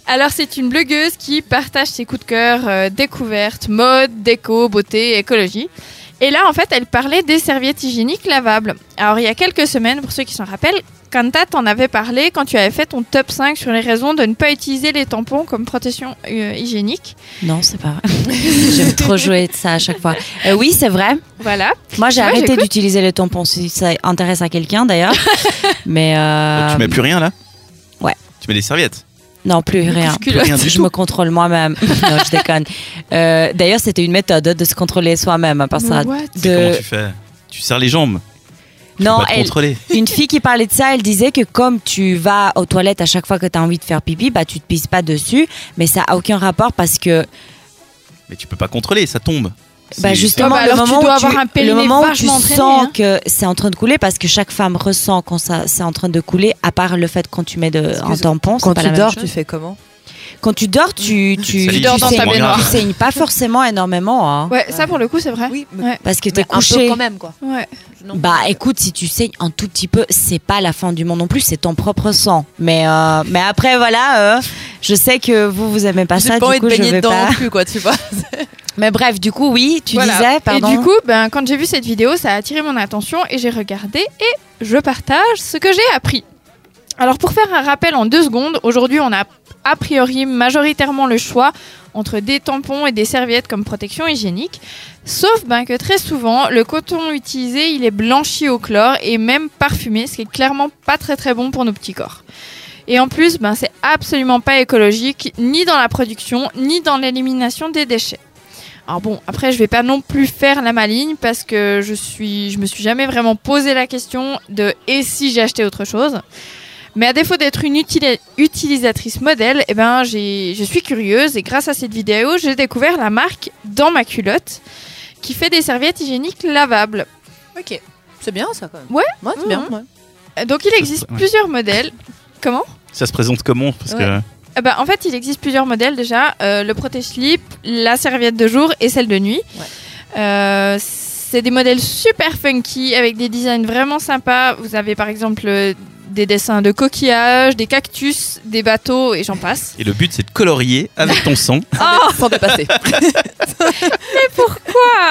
Speaker 7: Alors, c'est une blogueuse qui partage ses coups de cœur, découvertes, mode, déco, beauté, écologie. Et là, en fait, elle parlait des serviettes hygiéniques lavables. Alors, il y a quelques semaines, pour ceux qui s'en rappellent, Kanta t'en avait parlé quand tu avais fait ton top 5 sur les raisons de ne pas utiliser les tampons comme protection hygiénique.
Speaker 5: Non, c'est pas vrai. J'aime trop jouer de ça à chaque fois. Oui, c'est vrai.
Speaker 7: Voilà.
Speaker 5: Moi, j'ai arrêté d'utiliser les tampons, si ça intéresse à quelqu'un d'ailleurs. Mais
Speaker 1: Donc, tu mets plus rien là ?
Speaker 5: Ouais.
Speaker 1: Tu mets des serviettes ?
Speaker 5: Non, plus rien.
Speaker 1: Plus rien du
Speaker 5: Je
Speaker 1: tout.
Speaker 5: me contrôle moi-même. Non, je déconne. D'ailleurs, c'était une méthode de se contrôler soi-même. À part ça,
Speaker 1: Comment tu fais ? Tu serres les jambes ?
Speaker 5: Non,
Speaker 1: une
Speaker 5: fille qui parlait de ça, elle disait que comme tu vas aux toilettes à chaque fois que tu as envie de faire pipi, bah tu te pisses pas dessus, mais ça a aucun rapport parce que
Speaker 1: mais tu peux pas contrôler, ça tombe.
Speaker 5: Bah justement, le moment où tu sens que c'est en train de couler, parce que chaque femme ressent quand c'est en train de couler, à part le fait quand tu mets un tampon.
Speaker 6: Quand tu dors, tu fais comment ?
Speaker 5: Quand tu dors, tu
Speaker 7: dors dans ta baignoire.
Speaker 5: Tu saignes pas forcément énormément. Hein.
Speaker 7: Ouais, ça pour le coup, c'est vrai.
Speaker 6: Oui,
Speaker 5: parce que t'es couché.
Speaker 6: Un peu quand même, quoi.
Speaker 7: Ouais.
Speaker 5: Bah écoute, si tu saignes un tout petit peu, c'est pas la fin du monde non plus, c'est ton propre sang. Mais après voilà, je sais que vous aimez pas ça,
Speaker 6: du coup je vais
Speaker 5: pas.
Speaker 6: Non plus, quoi, tu vois.
Speaker 5: Mais bref, du coup oui, tu disais, pardon.
Speaker 7: Et du coup, quand j'ai vu cette vidéo, ça a attiré mon attention et j'ai regardé et je partage ce que j'ai appris. Alors pour faire un rappel en 2 secondes, aujourd'hui on a a priori majoritairement le choix entre des tampons et des serviettes comme protection hygiénique, sauf que très souvent le coton utilisé il est blanchi au chlore et même parfumé, ce qui est clairement pas très très bon pour nos petits corps. Et en plus, c'est absolument pas écologique, ni dans la production, ni dans l'élimination des déchets. Alors bon, après je vais pas non plus faire la maligne parce que je me suis jamais vraiment posé la question de et si j'ai acheté autre chose. Mais à défaut d'être une utilisatrice modèle, je suis curieuse et grâce à cette vidéo, j'ai découvert la marque Dans ma culotte qui fait des serviettes hygiéniques lavables.
Speaker 6: Ok, c'est bien ça quand même.
Speaker 7: Ouais,
Speaker 6: c'est bien. Ouais.
Speaker 7: Donc il existe plusieurs modèles. Comment ?
Speaker 1: Ça se présente comment ? Parce que...
Speaker 7: En fait, il existe plusieurs modèles déjà. Le protège-slip, la serviette de jour et celle de nuit. Ouais. C'est des modèles super funky avec des designs vraiment sympas. Vous avez par exemple des dessins de coquillages, des cactus, des bateaux et j'en passe.
Speaker 1: Et le but, c'est de colorier avec ton sang.
Speaker 6: Sans dépasser.
Speaker 7: Mais pourquoi ?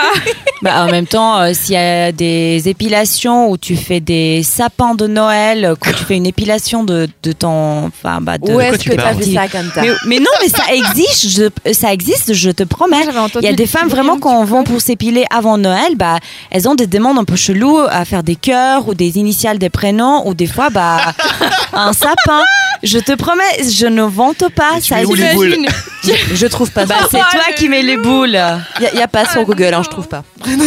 Speaker 5: En même temps, s'il y a des épilations où tu fais des sapins de Noël, quand tu fais une épilation de ton...
Speaker 6: Où est-ce que tu as vu ça comme ça ?
Speaker 5: Mais non, mais ça existe, je te promets. Il y a des femmes vraiment quand vont pour s'épiler avant Noël, elles ont des demandes un peu cheloues à faire des cœurs ou des initiales des prénoms ou des fois un sapin. Je te promets, je ne vante pas.
Speaker 1: Ça où les boules ?
Speaker 6: Je trouve pas ça.
Speaker 5: C'est toi qui mets les boules.
Speaker 6: Il y a pas sur Google, je trouve pas.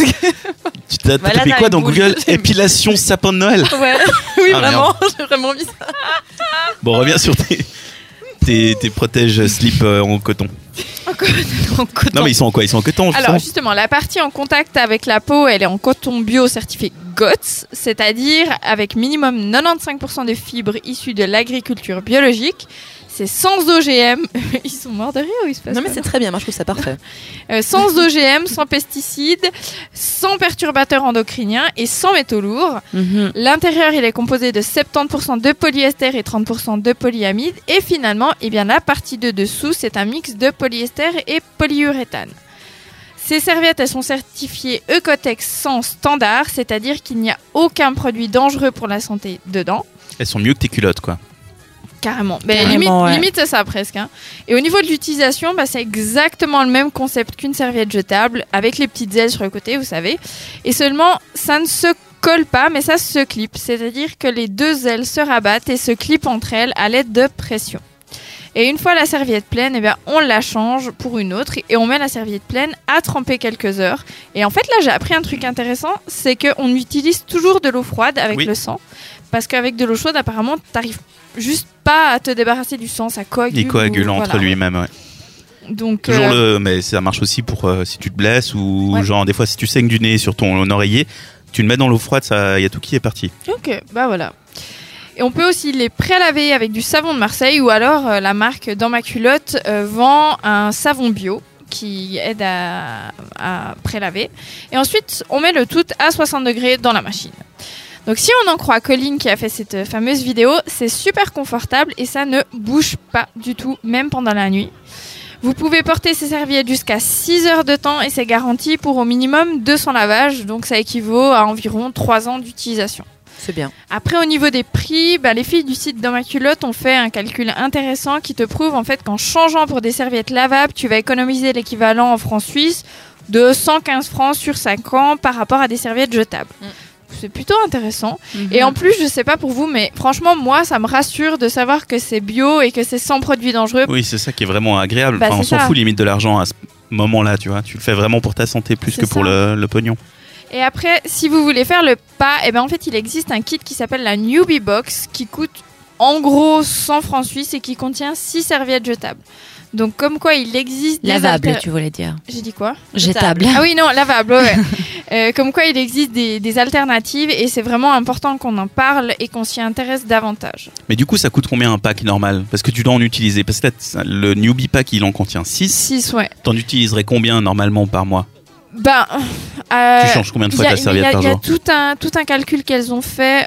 Speaker 1: Tu t'as tapé quoi dans Google ? Épilation sapin de Noël ?
Speaker 6: Ouais. Oui, vraiment, j'ai vraiment mis ça.
Speaker 1: Bon, reviens sur tes protèges slip en coton.
Speaker 7: En coton.
Speaker 1: Non mais ils sont en quoi ? Ils sont en coton.
Speaker 7: Alors justement, la partie en contact avec la peau, elle est en coton bio certifié GOTS, c'est-à-dire avec minimum 95% de fibres issues de l'agriculture biologique. C'est sans OGM. Ils sont morts de rire ou il se passe
Speaker 6: Non mais c'est très bien, moi je trouve ça parfait.
Speaker 7: Sans OGM, sans pesticides, sans perturbateurs endocriniens et sans métaux lourds. Mm-hmm. L'intérieur, il est composé de 70% de polyester et 30% de polyamide. Et finalement, la partie de dessous, c'est un mix de polyester et polyuréthane. Ces serviettes, elles sont certifiées Ecotex 100 standard, c'est-à-dire qu'il n'y a aucun produit dangereux pour la santé dedans.
Speaker 1: Elles sont mieux que tes culottes, quoi.
Speaker 7: Carrément. Limite c'est ça presque. Hein. Et au niveau de l'utilisation, c'est exactement le même concept qu'une serviette jetable avec les petites ailes sur le côté, vous savez. Et seulement, ça ne se colle pas, mais ça se clip. C'est-à-dire que les 2 ailes se rabattent et se clipent entre elles à l'aide de pression. Et une fois la serviette pleine, on la change pour une autre et on met la serviette pleine à tremper quelques heures. Et en fait, là, j'ai appris un truc intéressant, c'est qu'on utilise toujours de l'eau froide avec le sang. Parce qu'avec de l'eau chaude, apparemment, t'arrives juste pas à te débarrasser du sang, ça coagule.
Speaker 1: Il coagule entre lui-même, ouais.
Speaker 7: Donc,
Speaker 1: toujours mais ça marche aussi pour si tu te blesses ou genre des fois si tu saignes du nez sur ton oreiller, tu le mets dans l'eau froide, il y a tout qui est parti.
Speaker 7: Ok, voilà. Et on peut aussi les prélaver avec du savon de Marseille ou alors la marque Dans ma culotte vend un savon bio qui aide à prélaver. Et ensuite, on met le tout à 60 degrés dans la machine. Donc si on en croit Colline qui a fait cette fameuse vidéo, c'est super confortable et ça ne bouge pas du tout, même pendant la nuit. Vous pouvez porter ces serviettes jusqu'à 6 heures de temps et c'est garanti pour au minimum 200 lavages, donc ça équivaut à environ 3 ans d'utilisation.
Speaker 6: C'est bien.
Speaker 7: Après, au niveau des prix, les filles du site Dans ma culotte ont fait un calcul intéressant qui te prouve en fait qu'en changeant pour des serviettes lavables, tu vas économiser l'équivalent en francs suisses de 115 francs sur 5 ans par rapport à des serviettes jetables. C'est plutôt intéressant. Et en plus, je sais pas pour vous, mais franchement, moi, ça me rassure de savoir que c'est bio et que c'est sans produits dangereux.
Speaker 1: Oui, c'est ça qui est vraiment agréable.
Speaker 7: Bah,
Speaker 1: on
Speaker 7: c'est
Speaker 1: s'en
Speaker 7: ça.
Speaker 1: fout limite de l'argent à ce moment-là, tu vois. Tu le fais vraiment pour ta santé plus
Speaker 7: C'est
Speaker 1: que pour
Speaker 7: ça.
Speaker 1: le pognon.
Speaker 7: Et après, si vous voulez faire le pas, en fait, il existe un kit qui s'appelle la Newbie Box qui coûte en gros 100 francs suisses et qui contient 6 serviettes jetables. Donc, comme quoi il existe des
Speaker 5: Lavable, tu voulais dire.
Speaker 7: J'ai dit quoi?
Speaker 5: Jetable.
Speaker 7: Ah oui, non, lavable, ouais. Comme quoi il existe des alternatives et c'est vraiment important qu'on en parle et qu'on s'y intéresse davantage.
Speaker 1: Mais du coup, ça coûte combien un pack normal? Parce que tu dois en utiliser. Parce que là, le Newbie Pack, il en contient 6.
Speaker 7: 6, ouais.
Speaker 1: T'en utiliserais combien normalement par mois?
Speaker 7: Tu
Speaker 1: changes combien de fois ta serviette par
Speaker 7: jour?
Speaker 1: jour?
Speaker 7: Il y a tout un calcul qu'elles ont fait.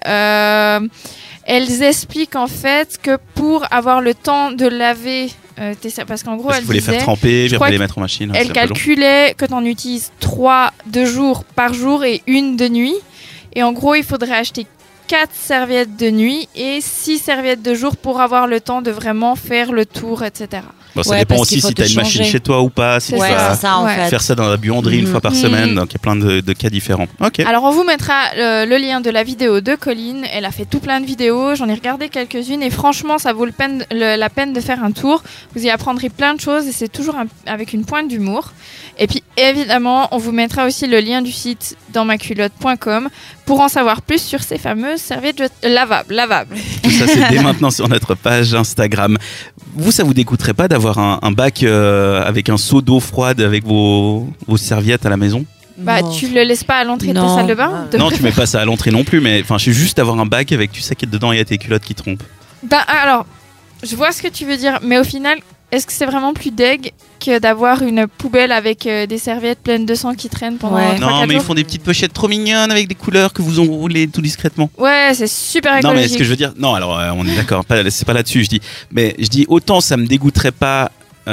Speaker 7: Elles expliquent en fait que pour avoir le temps de laver parce qu'en gros,
Speaker 1: Parce qu'il faut les faire tremper, puis après les mettre en machine.
Speaker 7: Elle calculait que tu en utilises 3 de jour par jour et 1 de nuit. Et en gros, il faudrait acheter 4 serviettes de nuit et 6 serviettes de jour pour avoir le temps de vraiment faire le tour, etc.
Speaker 1: Bon, ça dépend aussi si tu as une machine chez toi ou pas, si tu vas faire ça dans la buanderie une fois par semaine, donc il y a plein de cas différents. Okay.
Speaker 7: Alors on vous mettra le lien de la vidéo de Colline, elle a fait tout plein de vidéos, j'en ai regardé quelques-unes et franchement ça vaut la peine de faire un tour, vous y apprendrez plein de choses et c'est toujours avec une pointe d'humour. Et puis évidemment on vous mettra aussi le lien du site dansmaculotte.com pour en savoir plus sur ces fameuses serviettes lavables.
Speaker 1: Tout ça c'est dès maintenant sur notre page Instagram. Vous, ça vous dégoûterait pas d'avoir un bac avec un seau d'eau froide avec vos serviettes à la maison?
Speaker 7: Tu le laisses pas à l'entrée de ta salle de bain?
Speaker 1: Non, tu mets pas ça à l'entrée non plus, mais je suis juste d'avoir un bac avec tu sais qu'il y a dedans il y a tes culottes qui trompent.
Speaker 7: Alors, je vois ce que tu veux dire, mais au final, est-ce que c'est vraiment plus deg que d'avoir une poubelle avec des serviettes pleines de sang qui traînent pendant 3-4 jours?
Speaker 1: Non, mais ils font des petites pochettes trop mignonnes avec des couleurs que vous enroulez tout discrètement.
Speaker 7: Ouais, c'est super écologique.
Speaker 1: Non, mais ce que je veux dire, non, alors on est d'accord, c'est pas là-dessus, je dis autant ça me dégoûterait pas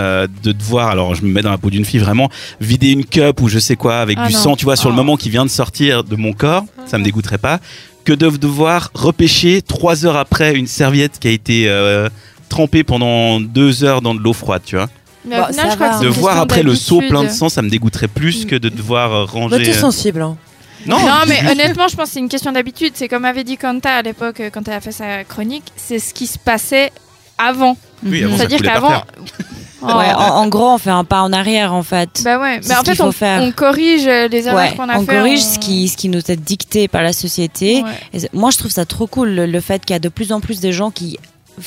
Speaker 1: de devoir, alors je me mets dans la peau d'une fille vraiment, vider une cup ou je sais quoi avec du sang, tu vois, sur le moment qui vient de sortir de mon corps, ça me dégoûterait pas, que de devoir repêcher 3 heures après une serviette qui a été trempée pendant 2 heures dans de l'eau froide, tu vois.
Speaker 7: Mais au final, je crois que c'est
Speaker 1: de
Speaker 7: une
Speaker 1: voir
Speaker 7: question
Speaker 1: après le seau
Speaker 7: d'habitude.
Speaker 1: plein de sang, ça me dégoûterait plus que de devoir ranger.
Speaker 6: T'es sensible, hein.
Speaker 7: Non, mais honnêtement, je pense que c'est une question d'habitude. C'est comme avait dit Kanta à l'époque, quand elle a fait sa chronique, c'est ce qui se passait avant.
Speaker 1: Oui, avant,
Speaker 7: c'est-à-dire
Speaker 1: ça coulait
Speaker 7: qu'avant.
Speaker 1: par terre.
Speaker 5: Ouais, en gros, on fait un pas en arrière en fait.
Speaker 7: Bah ouais,
Speaker 5: C'est
Speaker 7: mais en
Speaker 5: ce qu'il
Speaker 7: fait,
Speaker 5: faut faire.
Speaker 7: on corrige les erreurs qu'on a
Speaker 5: on
Speaker 7: fait.
Speaker 5: corrige ce qui nous est dicté par la société.
Speaker 7: Ouais.
Speaker 5: Et moi, je trouve ça trop cool le fait qu'il y a de plus en plus de gens qui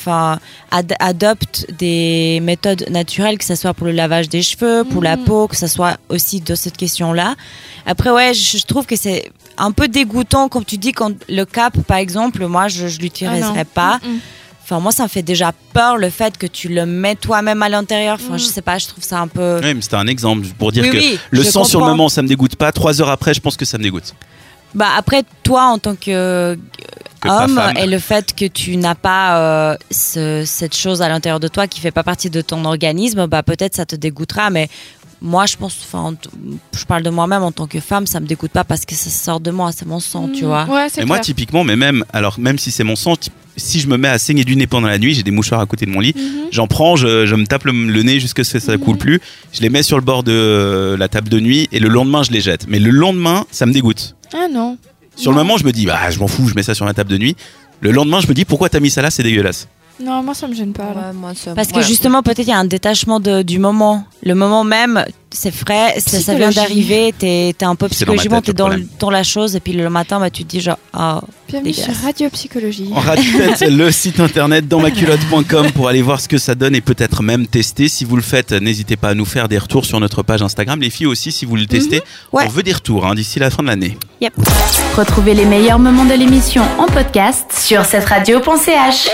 Speaker 5: adoptent des méthodes naturelles, que ce soit pour le lavage des cheveux, pour la peau, que ce soit aussi de cette question-là. Après, ouais, je trouve que c'est un peu dégoûtant, comme tu dis, quand le cap, par exemple, moi, je l'utiliserais pas. Enfin, moi, ça me fait déjà peur le fait que tu le mets toi-même à l'intérieur. Enfin, je sais pas, je trouve ça un peu.
Speaker 1: Oui, mais c'était un exemple pour dire
Speaker 5: Oui,
Speaker 1: que
Speaker 5: oui,
Speaker 1: le
Speaker 5: je
Speaker 1: sang sur le
Speaker 5: comprends.
Speaker 1: moment, ça me dégoûte pas. 3 heures après, je pense que ça me dégoûte.
Speaker 5: Bah après, toi, en tant que
Speaker 1: pas
Speaker 5: homme,
Speaker 1: femme.
Speaker 5: et le fait que tu n'as pas cette chose à l'intérieur de toi qui fait pas partie de ton organisme, bah peut-être ça te dégoûtera, mais moi je pense, je parle de moi-même en tant que femme, ça me dégoûte pas parce que ça sort de moi, c'est mon sang, tu vois.
Speaker 7: Ouais, c'est
Speaker 1: Et moi,
Speaker 7: clair.
Speaker 1: typiquement, même si c'est mon sang, si je me mets à saigner du nez pendant la nuit, j'ai des mouchoirs à côté de mon lit, j'en prends, je me tape le nez jusqu'à ce que ça coule plus, je les mets sur le bord de la table de nuit et le lendemain, je les jette. Mais le lendemain, ça me dégoûte.
Speaker 7: Ah non.
Speaker 1: Sur le moment, je me dis, je m'en fous, je mets ça sur la table de nuit. Le lendemain, je me dis, pourquoi t'as mis ça là, c'est dégueulasse.
Speaker 7: Non, moi ça me gêne pas. là.
Speaker 5: Parce que justement, peut-être il y a un détachement du moment. Le moment même, c'est frais, ça vient d'arriver, t'es un peu
Speaker 1: C'est dans ma
Speaker 5: psychologiquement,
Speaker 1: tête,
Speaker 5: t'es
Speaker 1: le problème.
Speaker 5: dans la chose, et puis le matin, bah, tu te dis genre,
Speaker 7: Bienvenue sur
Speaker 5: dégueulasse.
Speaker 7: Radio Psychologie.
Speaker 1: On répète le site internet dansmaculotte.com pour aller voir ce que ça donne et peut-être même tester. Si vous le faites, n'hésitez pas à nous faire des retours sur notre page Instagram. Les filles aussi, si vous le testez,
Speaker 5: Ouais.
Speaker 1: on veut des retours d'ici la fin de l'année.
Speaker 4: Yep. Retrouvez les meilleurs moments de l'émission en podcast sur cetteradio.ch.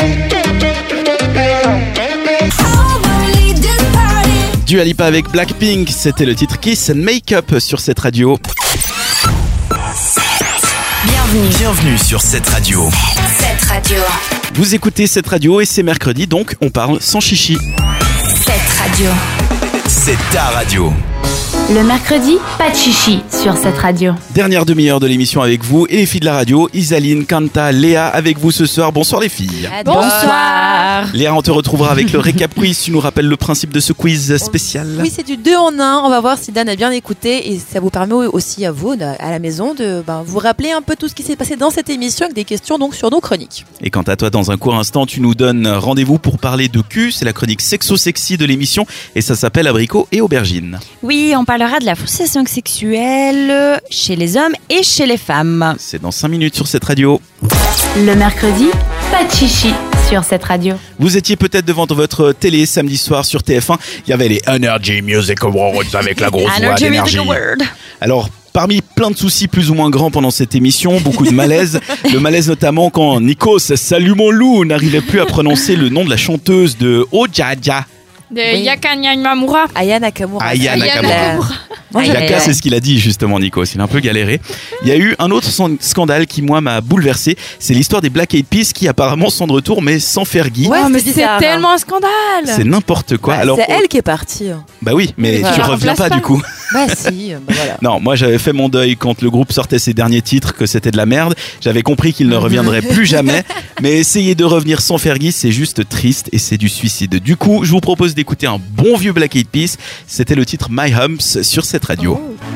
Speaker 1: Dua Lipa avec Blackpink, c'était le titre Kiss and Make Up sur cette radio.
Speaker 2: Bienvenue
Speaker 8: Bienvenue sur cette radio.
Speaker 2: Cette radio.
Speaker 1: Vous écoutez cette radio et c'est mercredi, donc on parle sans chichi.
Speaker 2: Cette radio.
Speaker 8: C'est ta radio.
Speaker 4: Le mercredi, pas de chichi sur cette radio.
Speaker 1: Dernière demi-heure de l'émission avec vous et les filles de la radio, Isaline, Kanta, Léa avec vous ce soir. Bonsoir les filles.
Speaker 5: Bonsoir.
Speaker 1: Léa, on te retrouvera avec le récap quiz. Tu nous rappelles le principe de ce quiz spécial?
Speaker 6: Oui, c'est du 2 en 1. On va voir si Dan a bien écouté et ça vous permet aussi à vous, à la maison, de vous rappeler un peu tout ce qui s'est passé dans cette émission avec des questions donc sur nos chroniques.
Speaker 1: Et quant à toi, dans un court instant, tu nous donnes rendez-vous pour parler de cul. C'est la chronique sexo-sexy de l'émission et ça s'appelle Abricot et Aubergine.
Speaker 5: Oui, on parlera de la frustration sexuelle chez les hommes et chez les femmes.
Speaker 1: C'est dans 5 minutes sur cette radio.
Speaker 4: Le mercredi, pas de chichi sur cette radio.
Speaker 1: Vous étiez peut-être devant votre télé samedi soir sur TF1. Il y avait les Energy Music Awards avec la grosse voix d'énergie. Alors, parmi plein de soucis plus ou moins grands pendant cette émission, beaucoup de malaise. Le malaise notamment quand Nikos, salut mon loup, n'arrivait plus à prononcer le nom de la chanteuse de Ojaja.
Speaker 7: De Yaka Nyamamura.
Speaker 6: Aya Nakamura.
Speaker 1: Aya Nakamura.
Speaker 6: Moi,
Speaker 1: Yaka, c'est ce qu'il a dit justement, Nikos. Il a un peu galéré. Il y a eu un autre scandale qui, moi, m'a bouleversé. C'est l'histoire des Black Eyed Peas qui apparemment sont de retour, mais sans Fergie.
Speaker 6: Ouais,
Speaker 7: mais c'est tellement un scandale.
Speaker 1: C'est n'importe quoi. Alors,
Speaker 6: c'est elle qui est partie.
Speaker 1: Bah oui, mais
Speaker 6: Voilà.
Speaker 1: tu reviens pas du coup.
Speaker 6: Bah si, voilà.
Speaker 1: Non, moi j'avais fait mon deuil quand le groupe sortait ses derniers titres, que c'était de la merde. J'avais compris qu'il ne reviendrait plus jamais. Mais essayer de revenir sans Fergie, c'est juste triste et c'est du suicide. Du coup, je vous propose d'écouter un bon vieux Black Eyed Peas. C'était le titre My Humps sur cette radio.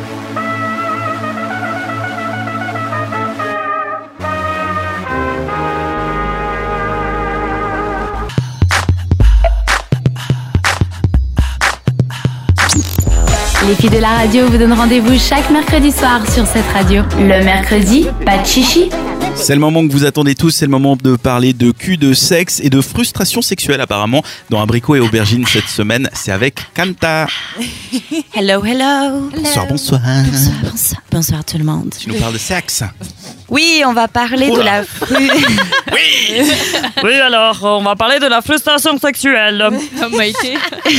Speaker 4: Les filles de la radio vous donnent rendez-vous chaque mercredi soir sur cette radio. Le mercredi, pas de chichi.
Speaker 1: C'est le moment que vous attendez tous, c'est le moment de parler de cul, de sexe et de frustration sexuelle apparemment. Dans Abricot et Aubergine cette semaine, c'est avec Kanta.
Speaker 5: Hello, hello.
Speaker 1: Bonsoir, bonsoir.
Speaker 5: Bonsoir, bonsoir tout le monde.
Speaker 1: Tu nous parles de sexe.
Speaker 5: Oui, on va parler de la
Speaker 10: Oui, alors, on va parler de la frustration sexuelle.
Speaker 7: Maïté.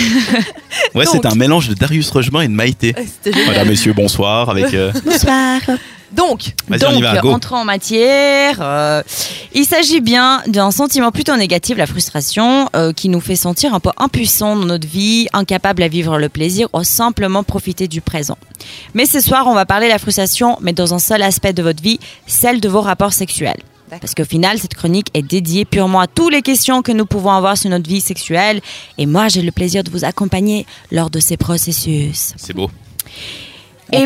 Speaker 1: Ouais, c'est un mélange de Darius Rochemin et de Maïté. Madame, messieurs, bonsoir. Avec,
Speaker 5: Bonsoir.
Speaker 6: Donc,
Speaker 1: vas-y, on y va, go.
Speaker 5: entrons en matière. Il s'agit bien d'un sentiment plutôt négatif, la frustration, qui nous fait sentir un peu impuissants dans notre vie, incapables à vivre le plaisir ou simplement profiter du présent. Mais ce soir, on va parler de la frustration, mais dans un seul aspect de votre vie, celle de vos rapports sexuels. Parce qu'au final, cette chronique est dédiée purement à toutes les questions que nous pouvons avoir sur notre vie sexuelle. Et moi, j'ai le plaisir de vous accompagner lors de ces processus.
Speaker 1: C'est beau.
Speaker 5: Et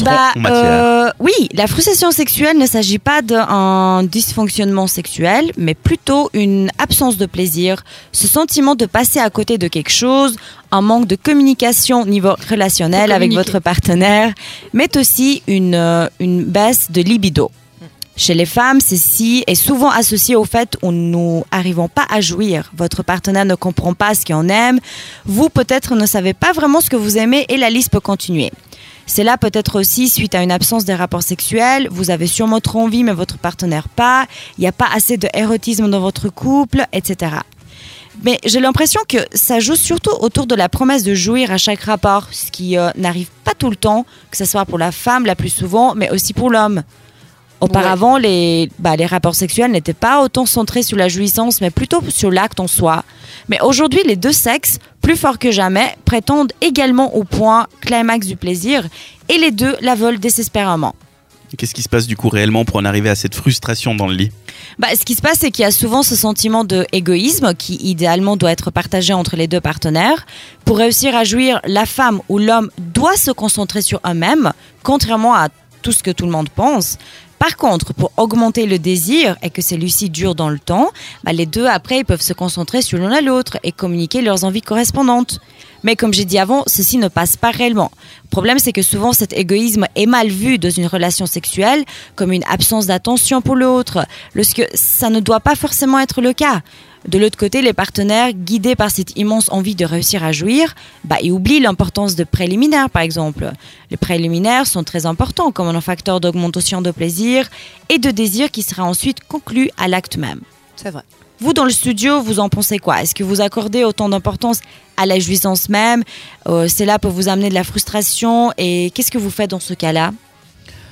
Speaker 5: oui, la frustration sexuelle ne s'agit pas d'un dysfonctionnement sexuel, mais plutôt une absence de plaisir, ce sentiment de passer à côté de quelque chose, un manque de communication au niveau relationnel avec votre partenaire, mais aussi une baisse de libido. Chez les femmes, ceci est souvent associé au fait où nous n'arrivons pas à jouir. Votre partenaire ne comprend pas ce qu'on aime. Vous, peut-être, ne savez pas vraiment ce que vous aimez et la liste peut continuer. C'est là peut-être aussi suite à une absence des rapports sexuels. Vous avez sûrement trop envie, mais votre partenaire pas. Il n'y a pas assez d'érotisme dans votre couple, etc. Mais j'ai l'impression que ça joue surtout autour de la promesse de jouir à chaque rapport, ce qui n'arrive pas tout le temps, que ce soit pour la femme la plus souvent, mais aussi pour l'homme. Auparavant, les rapports sexuels n'étaient pas autant centrés sur la jouissance, mais plutôt sur l'acte en soi. Mais aujourd'hui, les deux sexes, plus forts que jamais, prétendent également au point climax du plaisir, et les deux la veulent désespérément.
Speaker 1: Qu'est-ce qui se passe du coup réellement pour en arriver à cette frustration dans le lit ?
Speaker 5: Ce qui se passe, c'est qu'il y a souvent ce sentiment d'égoïsme qui idéalement doit être partagé entre les deux partenaires. Pour réussir à jouir, la femme ou l'homme doit se concentrer sur eux-mêmes, contrairement à tout ce que tout le monde pense. Par contre, pour augmenter le désir et que celui-ci dure dans le temps, les deux après ils peuvent se concentrer sur l'un à l'autre et communiquer leurs envies correspondantes. Mais comme j'ai dit avant, ceci ne passe pas réellement. Le problème, c'est que souvent cet égoïsme est mal vu dans une relation sexuelle comme une absence d'attention pour l'autre, lorsque ça ne doit pas forcément être le cas. De l'autre côté, les partenaires, guidés par cette immense envie de réussir à jouir, ils oublient l'importance de préliminaires, par exemple. Les préliminaires sont très importants comme un facteur d'augmentation de plaisir et de désir qui sera ensuite conclu à l'acte même.
Speaker 6: C'est vrai.
Speaker 5: Vous, dans le studio, vous en pensez quoi ? Est-ce que vous accordez autant d'importance à la jouissance même ? Cela peut vous amener de la frustration et qu'est-ce que vous faites dans ce cas-là ?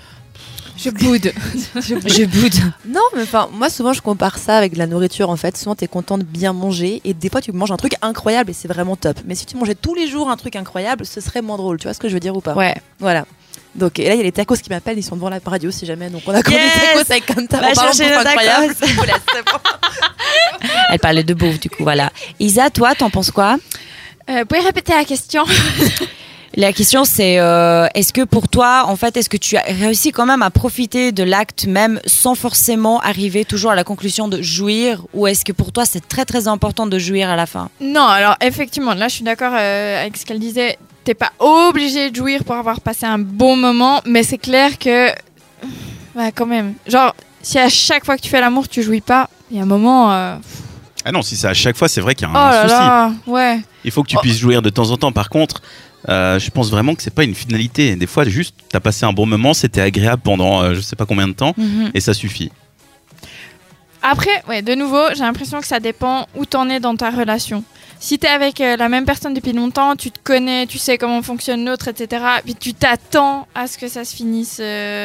Speaker 7: Je boude.
Speaker 5: Je boude.
Speaker 6: Non, mais enfin, moi souvent je compare ça avec de la nourriture en fait. Souvent t'es content de bien manger et des fois tu manges un truc incroyable et c'est vraiment top. Mais si tu mangeais tous les jours un truc incroyable, ce serait moins drôle. Tu vois ce que je veux dire ou pas?
Speaker 5: Ouais.
Speaker 6: Voilà. Donc, et là il y a les tacos qui m'appellent, ils sont devant la radio si jamais. Donc on a commandé
Speaker 5: Yes,
Speaker 6: des tacos avec Kanta.
Speaker 5: va
Speaker 6: En parlant de
Speaker 5: chercher
Speaker 6: bouffe
Speaker 5: nos
Speaker 6: incroyable.
Speaker 5: tacos.
Speaker 6: Je vous laisse, c'est bon.
Speaker 5: Elle parlait de bouffe, du coup, voilà. Isa, toi, t'en penses quoi?
Speaker 7: Pouvez répéter la question?
Speaker 5: La question, c'est est-ce que pour toi, en fait, est-ce que tu as réussi quand même à profiter de l'acte même sans forcément arriver toujours à la conclusion de jouir, ou est-ce que pour toi, c'est très très important de jouir à la fin?
Speaker 7: Non, alors effectivement, là je suis d'accord avec ce qu'elle disait. T'es pas obligé de jouir pour avoir passé un bon moment, mais c'est clair que, ouais, quand même. Genre, si à chaque fois que tu fais l'amour, tu jouis pas, il y a un moment.
Speaker 1: Ah non, si c'est à chaque fois, c'est vrai qu'il y a
Speaker 7: Oh
Speaker 1: un
Speaker 7: là
Speaker 1: souci.
Speaker 7: là, ouais.
Speaker 1: Il faut que tu puisses jouir de temps en temps. Par contre, je pense vraiment que c'est pas une finalité. Des fois, juste, t'as passé un bon moment, c'était agréable pendant je sais pas combien de temps, et ça suffit.
Speaker 7: Après, ouais, de nouveau, j'ai l'impression que ça dépend où t'en es dans ta relation. Si t'es avec la même personne depuis longtemps, tu te connais, tu sais comment fonctionne l'autre, etc. Puis tu t'attends à ce que ça se finisse.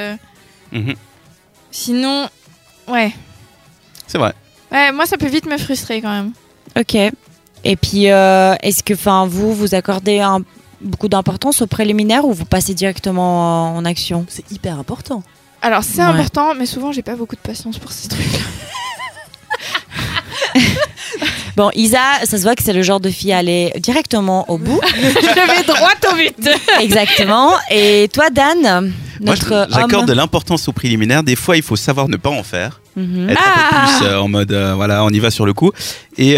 Speaker 7: Sinon, ouais.
Speaker 1: C'est vrai.
Speaker 7: Ouais, moi ça peut vite me frustrer quand même.
Speaker 5: Ok. Et puis, est-ce que vous accordez beaucoup d'importance au préliminaire ou vous passez directement en action?
Speaker 6: C'est hyper important.
Speaker 7: Alors c'est important, mais souvent j'ai pas beaucoup de patience pour ces trucs-là.
Speaker 5: Bon, Isa, ça se voit que c'est le genre de fille à aller directement au bout.
Speaker 7: Je vais droit au but.
Speaker 5: Exactement. Et toi, Dan, notre
Speaker 1: Moi, j'accorde
Speaker 5: homme...
Speaker 1: de l'importance au préliminaire. Des fois, il faut savoir ne pas en faire.
Speaker 5: Mhm.
Speaker 1: Être un peu plus en mode, voilà, on y va sur le coup. Et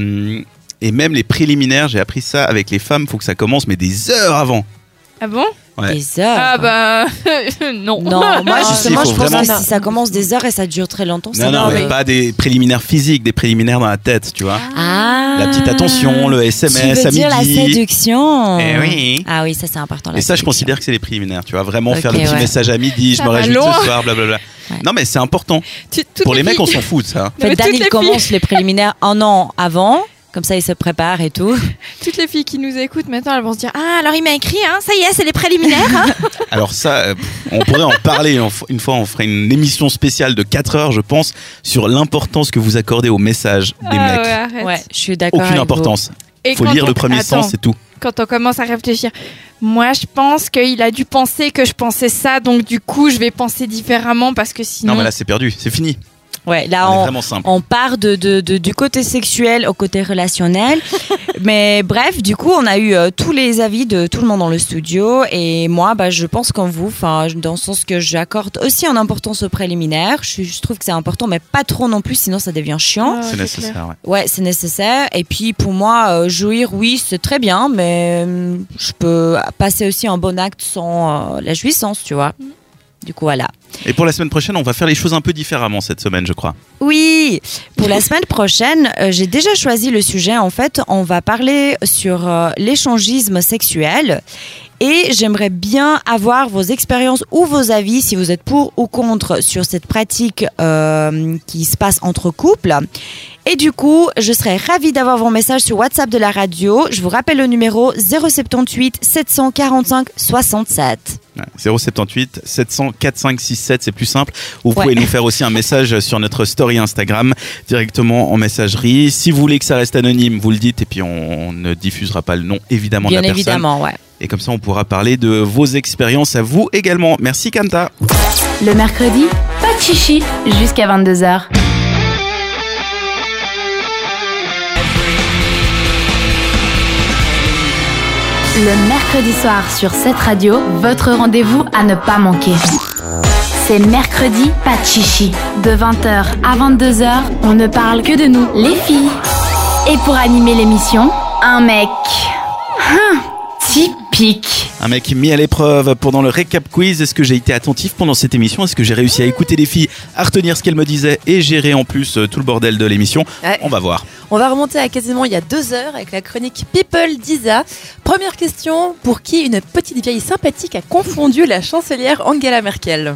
Speaker 1: même les préliminaires, j'ai appris ça avec les femmes, il faut que ça commence, mais des heures avant.
Speaker 7: Ah bon?
Speaker 1: Ouais.
Speaker 5: Des heures.
Speaker 7: Ah bah non.
Speaker 5: Non, moi justement,
Speaker 1: Si,
Speaker 5: je
Speaker 1: faut
Speaker 5: pense
Speaker 1: vraiment-
Speaker 5: que si ça commence des heures et ça dure très longtemps,
Speaker 1: Non, non, mais pas des préliminaires physiques, des préliminaires dans la tête, tu vois.
Speaker 5: Ah.
Speaker 1: La petite attention, le
Speaker 5: Tu
Speaker 1: SMS
Speaker 5: veux
Speaker 1: à
Speaker 5: dire la
Speaker 1: midi.
Speaker 5: séduction?
Speaker 1: Eh oui.
Speaker 5: Ah oui, ça c'est important. la
Speaker 1: Et ça, je
Speaker 5: séduction.
Speaker 1: considère que c'est les préliminaires, tu vois. Vraiment
Speaker 5: Ok,
Speaker 1: faire le petit
Speaker 5: ouais.
Speaker 1: message à midi,
Speaker 7: Ça
Speaker 1: je me
Speaker 7: va
Speaker 1: réjouis de
Speaker 7: loin.
Speaker 1: ce soir, blablabla.
Speaker 5: Ouais.
Speaker 1: Non, mais c'est important.
Speaker 7: Toutes
Speaker 1: Pour les mecs,
Speaker 7: filles-
Speaker 1: on s'en fout de ça.
Speaker 5: En fait,
Speaker 7: Mais
Speaker 5: Dan,
Speaker 7: toutes
Speaker 5: il
Speaker 7: les
Speaker 5: commence les préliminaires un an avant. Comme ça, il se prépare et tout.
Speaker 7: Toutes les filles qui nous écoutent maintenant, elles vont se dire ah alors il m'a écrit hein, ça y est c'est les préliminaires. Hein.
Speaker 1: Alors ça, on pourrait en parler. Une fois, on ferait une émission spéciale de 4 heures, je pense, sur l'importance que vous accordez aux messages des
Speaker 7: Ah
Speaker 1: mecs.
Speaker 7: ouais, arrête.
Speaker 5: Ouais, je suis d'accord.
Speaker 1: Aucune
Speaker 5: avec
Speaker 1: importance.
Speaker 7: Et
Speaker 1: Faut
Speaker 7: quand
Speaker 1: lire
Speaker 7: on-
Speaker 1: le premier
Speaker 7: Attends.
Speaker 1: sens, c'est tout.
Speaker 7: Quand on commence à réfléchir, moi je pense qu'il a dû penser que je pensais ça, donc du coup je vais penser différemment parce que sinon.
Speaker 1: Non, mais là, c'est perdu. C'est fini.
Speaker 5: vous. Ouais, là,
Speaker 1: On est vraiment simple.
Speaker 5: on part du côté sexuel au côté relationnel. Mais bref, du coup, on a eu tous les avis de tout le monde dans le studio. Et moi, je pense comme vous, dans le sens que j'accorde aussi en importance au préliminaire. Je trouve que c'est important, mais pas trop non plus, sinon ça devient chiant.
Speaker 7: Ah,
Speaker 1: C'est
Speaker 7: clair.
Speaker 1: nécessaire, ouais.
Speaker 5: Ouais, c'est nécessaire. Et puis pour moi, jouir, oui, c'est très bien, mais je peux passer aussi un bon acte sans la jouissance, tu vois. Du coup, voilà.
Speaker 1: Et pour la semaine prochaine, on va faire les choses un peu différemment cette semaine, je crois.
Speaker 5: Oui, pour la semaine prochaine, j'ai déjà choisi le sujet. En fait, on va parler sur l'échangisme sexuel. Et j'aimerais bien avoir vos expériences ou vos avis, si vous êtes pour ou contre, sur cette pratique qui se passe entre couples. Et du coup, je serais ravie d'avoir vos messages sur WhatsApp de la radio. Je vous rappelle le numéro 078 745 67.
Speaker 1: Ouais, 078 700 4567, c'est plus simple. Vous
Speaker 5: Ouais.
Speaker 1: pouvez nous faire aussi un message sur notre story Instagram, directement en messagerie. Si vous voulez que ça reste anonyme, vous le dites, et puis on ne diffusera pas le nom, évidemment, de
Speaker 5: Bien
Speaker 1: la personne.
Speaker 5: évidemment, ouais.
Speaker 1: Et comme ça, on pourra parler de vos expériences à vous également. Merci, Kanta.
Speaker 4: Le mercredi, pas de chichi jusqu'à 22h. Le mercredi soir sur cette radio, votre rendez-vous à ne pas manquer. C'est mercredi, pas de chichi. De 20h à 22h, on ne parle que de nous, les filles. Et pour animer l'émission, un mec. Typique.
Speaker 1: Un mec mis à l'épreuve pendant le récap quiz. Est-ce que j'ai été attentif pendant cette émission? Est-ce que j'ai réussi à écouter les filles, à retenir ce qu'elles me disaient et gérer en plus tout le bordel de l'émission?
Speaker 6: Ouais.
Speaker 1: On va voir.
Speaker 6: On va remonter à quasiment il y a 2 heures avec la chronique People d'Isa. Première question, pour qui une petite vieille sympathique a confondu la chancelière Angela Merkel?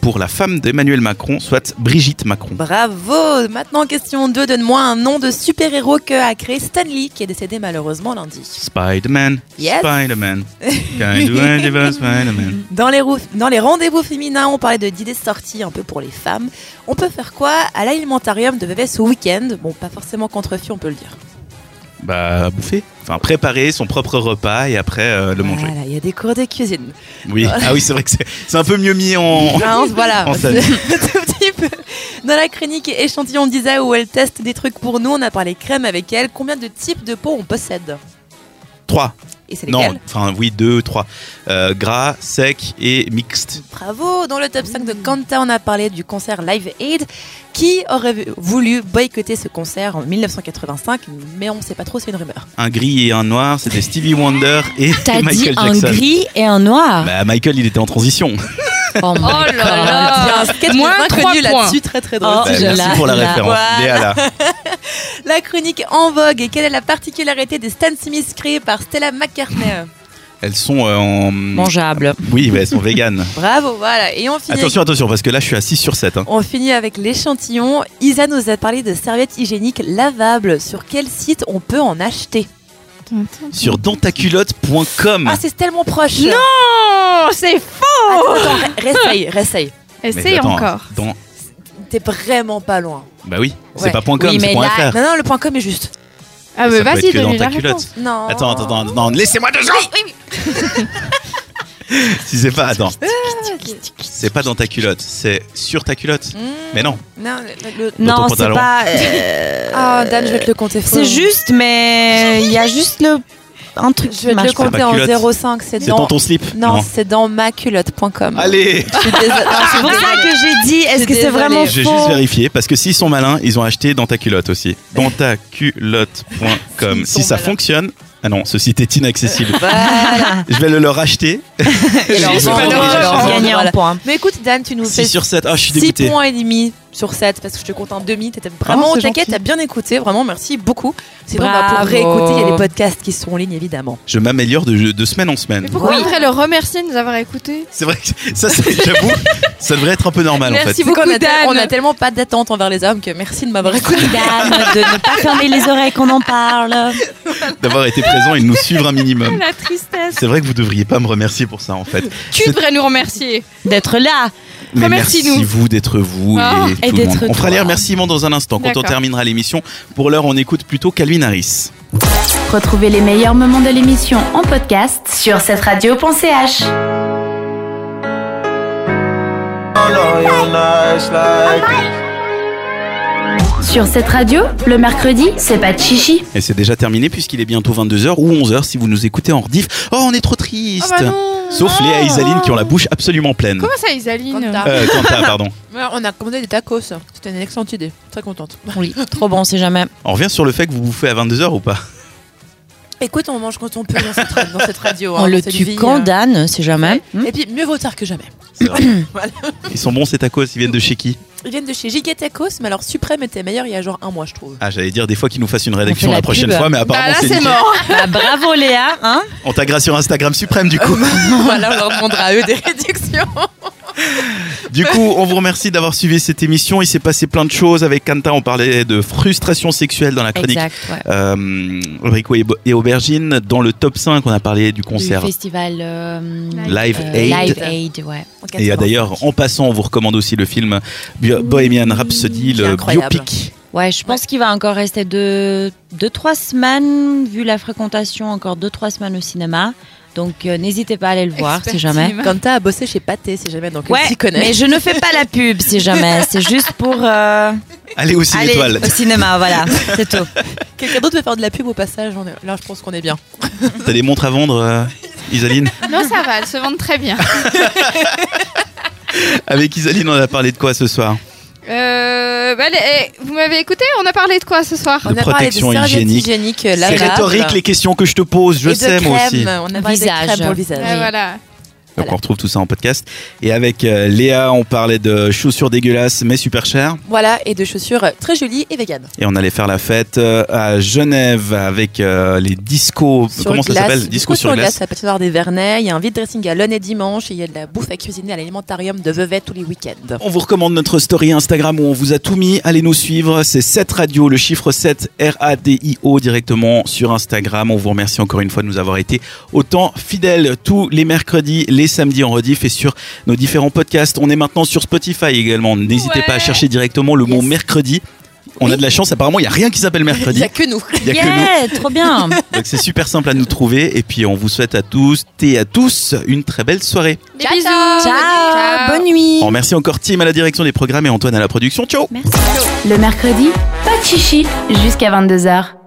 Speaker 1: pour la femme d'Emmanuel Macron, soit Brigitte Macron.
Speaker 6: Bravo. Maintenant, question 2. Donne-moi un nom de super-héros que a créé Stan Lee, qui est décédé malheureusement lundi.
Speaker 1: Spider-Man.
Speaker 6: Yes.
Speaker 1: Spider-Man. Can do anything, Spider-Man.
Speaker 6: Dans les rendez-vous féminins, on parlait d'idées sorties un peu pour les femmes. On peut faire quoi à l'alimentarium de Vevey ce week-end? Bon, pas forcément contre filles, on peut le dire.
Speaker 1: Bah, bouffer. Enfin, préparer son propre repas et après le manger.
Speaker 6: Voilà, il y a des cours de cuisine.
Speaker 1: Oui, ah oui, c'est vrai que c'est un peu mieux mis en.
Speaker 6: Non, voilà,
Speaker 1: en scène.
Speaker 6: tout petit peu. Dans la chronique échantillon d'Isa où elle teste des trucs pour nous, on a parlé crème avec elle. Combien de types de peau on possède?
Speaker 1: 3.
Speaker 6: Et c'est lesquels?
Speaker 1: Non, enfin oui, 2, 3. Gras, sec et mixte.
Speaker 6: Bravo. Dans le top 5 de Kanta, on a parlé du concert Live Aid. Qui aurait voulu boycotter ce concert en 1985? Mais on ne sait pas trop, c'est une rumeur.
Speaker 1: Un gris et un noir, c'était Stevie Wonder et
Speaker 5: T'as
Speaker 1: Michael
Speaker 5: dit
Speaker 1: Jackson.
Speaker 5: un gris et un noir.
Speaker 1: Bah, Michael, il était en transition.
Speaker 5: Oh,
Speaker 7: Oh là
Speaker 6: Il y a un
Speaker 7: là.
Speaker 6: sketch
Speaker 7: Moins
Speaker 6: bien
Speaker 7: 3
Speaker 6: connu
Speaker 7: points.
Speaker 6: là-dessus, très très drôle.
Speaker 5: Oh,
Speaker 1: Bah,
Speaker 5: je
Speaker 1: merci
Speaker 5: l'ai,
Speaker 1: pour la
Speaker 5: là.
Speaker 1: référence.
Speaker 6: Voilà.
Speaker 1: Léa, là.
Speaker 6: La chronique en vogue. Et quelle est la particularité des Stan Smith créés par Stella McCartney?
Speaker 1: Elles sont en.
Speaker 5: Mangeable.
Speaker 1: Oui, elles sont véganes.
Speaker 6: Bravo, voilà. Et on finit.
Speaker 1: Attention, parce que là, je suis à 6 sur 7. Hein.
Speaker 6: On finit avec l'échantillon. Isa nous a parlé de serviettes hygiéniques lavables. Sur quel site on peut en acheter?
Speaker 1: Sur dentaculotte.com.
Speaker 6: Ah, c'est tellement proche.
Speaker 7: Non, c'est faux.
Speaker 6: Attends, réessaye.
Speaker 1: Mais
Speaker 7: Essaye
Speaker 1: attends,
Speaker 7: encore.
Speaker 6: T'es vraiment pas loin.
Speaker 1: Bah oui, c'est
Speaker 6: Ouais.
Speaker 1: pas .com,
Speaker 5: Oui,
Speaker 1: c'est
Speaker 5: mais
Speaker 1: .fr.
Speaker 6: Non, le point .com est juste.
Speaker 7: Ah,
Speaker 1: Ça
Speaker 7: mais
Speaker 1: peut
Speaker 7: vas-y,
Speaker 1: être que
Speaker 7: donne-lui
Speaker 1: dans
Speaker 7: la
Speaker 1: ta
Speaker 7: réponse.
Speaker 1: culotte.
Speaker 6: Non.
Speaker 1: Attends, laissez-moi 2 secondes. Si c'est pas, attends. C'est pas dans ta culotte, c'est sur ta culotte. Mais non.
Speaker 6: Non,
Speaker 1: Dans ton
Speaker 5: Non, c'est
Speaker 1: pantalon.
Speaker 5: pas.
Speaker 6: Ah, Dan, je vais te le compter faux.
Speaker 5: C'est juste, mais il y a juste un truc
Speaker 6: Je
Speaker 5: qui
Speaker 6: vais te
Speaker 5: marche
Speaker 6: le
Speaker 5: pas.
Speaker 6: compter
Speaker 1: Ma
Speaker 6: en
Speaker 1: culotte.
Speaker 6: 0,5.
Speaker 1: C'est dans ton slip.
Speaker 6: Non, c'est dans maculotte.com.
Speaker 1: Allez.
Speaker 6: Je suis désolée.
Speaker 5: C'est pour ça que j'ai dit, est-ce que c'est
Speaker 6: désolée.
Speaker 5: vraiment
Speaker 1: J'ai
Speaker 5: faux?
Speaker 1: juste vérifié parce que s'ils sont malins, ils ont acheté dans ta culotte aussi. Dans ta culotte.com.
Speaker 6: S'ils
Speaker 1: Si
Speaker 6: sont
Speaker 1: ça
Speaker 6: malins.
Speaker 1: fonctionne. Ah non, ce site est inaccessible.
Speaker 6: Voilà.
Speaker 1: Je vais le leur acheter.
Speaker 6: Et alors,
Speaker 1: Je vais
Speaker 6: bon,
Speaker 1: pas le
Speaker 6: alors,
Speaker 1: rechercher.
Speaker 6: bon,
Speaker 5: Gagner un
Speaker 6: voilà.
Speaker 5: point.
Speaker 6: Mais écoute, Dan, tu nous
Speaker 1: 6
Speaker 6: fais
Speaker 1: sur 7. Ah, je suis
Speaker 6: 6
Speaker 1: dégoûté.
Speaker 6: points et demi sur 7 parce que je te compte un demi. T'étais vraiment
Speaker 7: Oh,
Speaker 6: au
Speaker 7: c'est
Speaker 6: taquet,
Speaker 7: gentil.
Speaker 6: t'as bien écouté. Vraiment, merci beaucoup. Sinon,
Speaker 5: Bravo.
Speaker 6: pour réécouter, il y a les podcasts qui sont en ligne, évidemment.
Speaker 1: Je m'améliore de semaine en semaine.
Speaker 7: Mais pourquoi on devrait le remercier de nous avoir écoutés?
Speaker 1: C'est vrai que ça, j'avoue, ça devrait être un peu normal en
Speaker 7: Merci
Speaker 1: fait.
Speaker 6: C'est
Speaker 7: beaucoup,
Speaker 6: qu'on a,
Speaker 7: Dan.
Speaker 6: on a tellement pas d'attente envers les hommes que merci de m'avoir écouté.
Speaker 5: Dan, de ne pas fermer les oreilles quand on en parle.
Speaker 1: D'avoir été présent et de nous suivre un minimum.
Speaker 7: La tristesse.
Speaker 1: C'est vrai que vous devriez pas me remercier pour ça en fait.
Speaker 7: Tu devrais nous remercier.
Speaker 5: D'être là.
Speaker 1: Mais
Speaker 7: Remercie-nous.
Speaker 1: merci vous d'être vous
Speaker 7: Ah.
Speaker 1: et
Speaker 5: Et
Speaker 1: tout le monde.
Speaker 5: d'être
Speaker 1: On fera les
Speaker 5: toi.
Speaker 1: remerciements dans un instant quand on
Speaker 7: D'accord.
Speaker 1: terminera l'émission. Pour l'heure, on écoute plutôt Calvin Harris.
Speaker 4: Retrouvez les meilleurs moments de l'émission en podcast sur cetteradio.ch. Sur cette radio, le mercredi, c'est pas de chichi.
Speaker 1: Et c'est déjà terminé puisqu'il est bientôt 22h ou 11h si vous nous écoutez en rediff. Oh, on est trop triste.
Speaker 7: Ah bah non.
Speaker 1: Sauf Léa et Isaline qui ont la bouche absolument pleine.
Speaker 7: Comment ça, Isaline?
Speaker 1: Quentin, pardon.
Speaker 6: On a commandé des tacos. C'était une excellente idée. Très contente.
Speaker 5: Oui, trop bon, c'est jamais.
Speaker 1: On revient sur le fait que vous bouffez à 22h ou pas?
Speaker 6: Écoute, on mange quand on peut dans cette radio.
Speaker 5: On
Speaker 6: hein,
Speaker 5: le
Speaker 6: dans cette
Speaker 5: tue
Speaker 6: vie,
Speaker 5: quand Dan, c'est jamais.
Speaker 6: Et puis, mieux vaut tard que jamais.
Speaker 1: C'est vrai.
Speaker 6: Voilà.
Speaker 1: Ils sont bons ces tacos, ils viennent de chez qui?
Speaker 6: Ils viennent de chez Giga Tacos, mais alors Suprême était meilleur il y a genre un mois, je trouve.
Speaker 1: Ah, j'allais dire des fois qu'ils nous fassent une rédaction
Speaker 5: On fait
Speaker 1: la
Speaker 5: la
Speaker 1: prochaine
Speaker 5: pub.
Speaker 1: fois, mais
Speaker 7: Bah
Speaker 1: apparemment
Speaker 7: là, c'est
Speaker 1: nickel.
Speaker 7: mort.
Speaker 5: Bah, bravo Léa, hein?
Speaker 1: On taguera sur Instagram Suprême du coup.
Speaker 6: Voilà, on leur demandera à eux des réductions.
Speaker 1: Du coup, on vous remercie d'avoir suivi cette émission. Il s'est passé plein de choses avec Kanta. On parlait de frustration sexuelle dans la chronique.
Speaker 5: Exact, ouais.
Speaker 1: Abricot et Aubergine. Dans le top 5, on a parlé du concert
Speaker 5: Du festival
Speaker 1: Live Aid.
Speaker 5: Live Aid, ouais.
Speaker 1: Et d'ailleurs, en passant, on vous recommande aussi le film Bohemian Rhapsody,
Speaker 6: Qui est
Speaker 1: le
Speaker 6: incroyable.
Speaker 1: biopic.
Speaker 5: Ouais, je pense qu'il va encore rester 2-3 semaines, vu la fréquentation, encore 2-3 semaines au cinéma. Donc n'hésitez pas à aller le voir,
Speaker 7: Expert
Speaker 5: si jamais.
Speaker 7: cinéma.
Speaker 6: Quand t'as bossé chez Pathé, si jamais, donc
Speaker 5: Ouais,
Speaker 6: elle s'y connaît.
Speaker 5: mais je ne fais pas la pub, si jamais. C'est juste pour
Speaker 1: Allez aussi
Speaker 5: aller
Speaker 1: l'étoile.
Speaker 5: au cinéma, voilà, c'est tout.
Speaker 6: Quelqu'un d'autre veut faire de la pub au passage, là je pense qu'on est bien.
Speaker 1: T'as des montres à vendre, Isaline?
Speaker 7: Non, ça va, elles se vendent très bien.
Speaker 1: Avec Isaline, on a parlé de quoi ce soir?
Speaker 7: Vous m'avez écouté? On a parlé de quoi ce soir?
Speaker 6: On a parlé de
Speaker 1: protection
Speaker 6: serviettes
Speaker 1: hygiénique.
Speaker 6: hygiéniques
Speaker 1: C'est
Speaker 6: lavables.
Speaker 1: rhétorique les questions que je te pose, je
Speaker 6: Et de
Speaker 1: sais moi
Speaker 6: crème.
Speaker 1: aussi.
Speaker 6: On a parlé
Speaker 5: Visage.
Speaker 6: de crème pour le visage.
Speaker 7: Voilà.
Speaker 1: Donc on retrouve tout ça en podcast. Et avec Léa, on parlait de chaussures dégueulasses mais super chères.
Speaker 6: Voilà, et de chaussures très jolies et véganes.
Speaker 1: Et on allait faire la fête à Genève avec les discos. Comment ça s'appelle? Disco sur glace.
Speaker 6: À Patinoire des Vernets. Il y a un vide dressing à Lone et dimanche. Et il y a de la bouffe à cuisiner à l'alimentarium de Vevey tous les week-ends.
Speaker 1: On vous recommande notre story Instagram où on vous a tout mis. Allez nous suivre. C'est 7 Radio, le chiffre 7 RADIO directement sur Instagram. On vous remercie encore une fois de nous avoir été autant fidèles tous les mercredis, les samedis en rediff et sur nos différents podcasts. On est maintenant sur Spotify également. N'hésitez pas à chercher directement le mot mercredi. On a de la chance, apparemment il n'y a rien qui s'appelle mercredi.
Speaker 6: Il n'y a que nous.
Speaker 1: Il y a que nous.
Speaker 5: Trop bien.
Speaker 1: Donc c'est super simple à nous trouver. Et puis on vous souhaite à tous et à tous une très belle soirée.
Speaker 7: Des bisous.
Speaker 5: Ciao. Bonne nuit.
Speaker 1: On remercie encore Tim à la direction des programmes et Antoine à la production. Ciao.
Speaker 5: Merci.
Speaker 4: Le mercredi, pas de chichi jusqu'à 22h.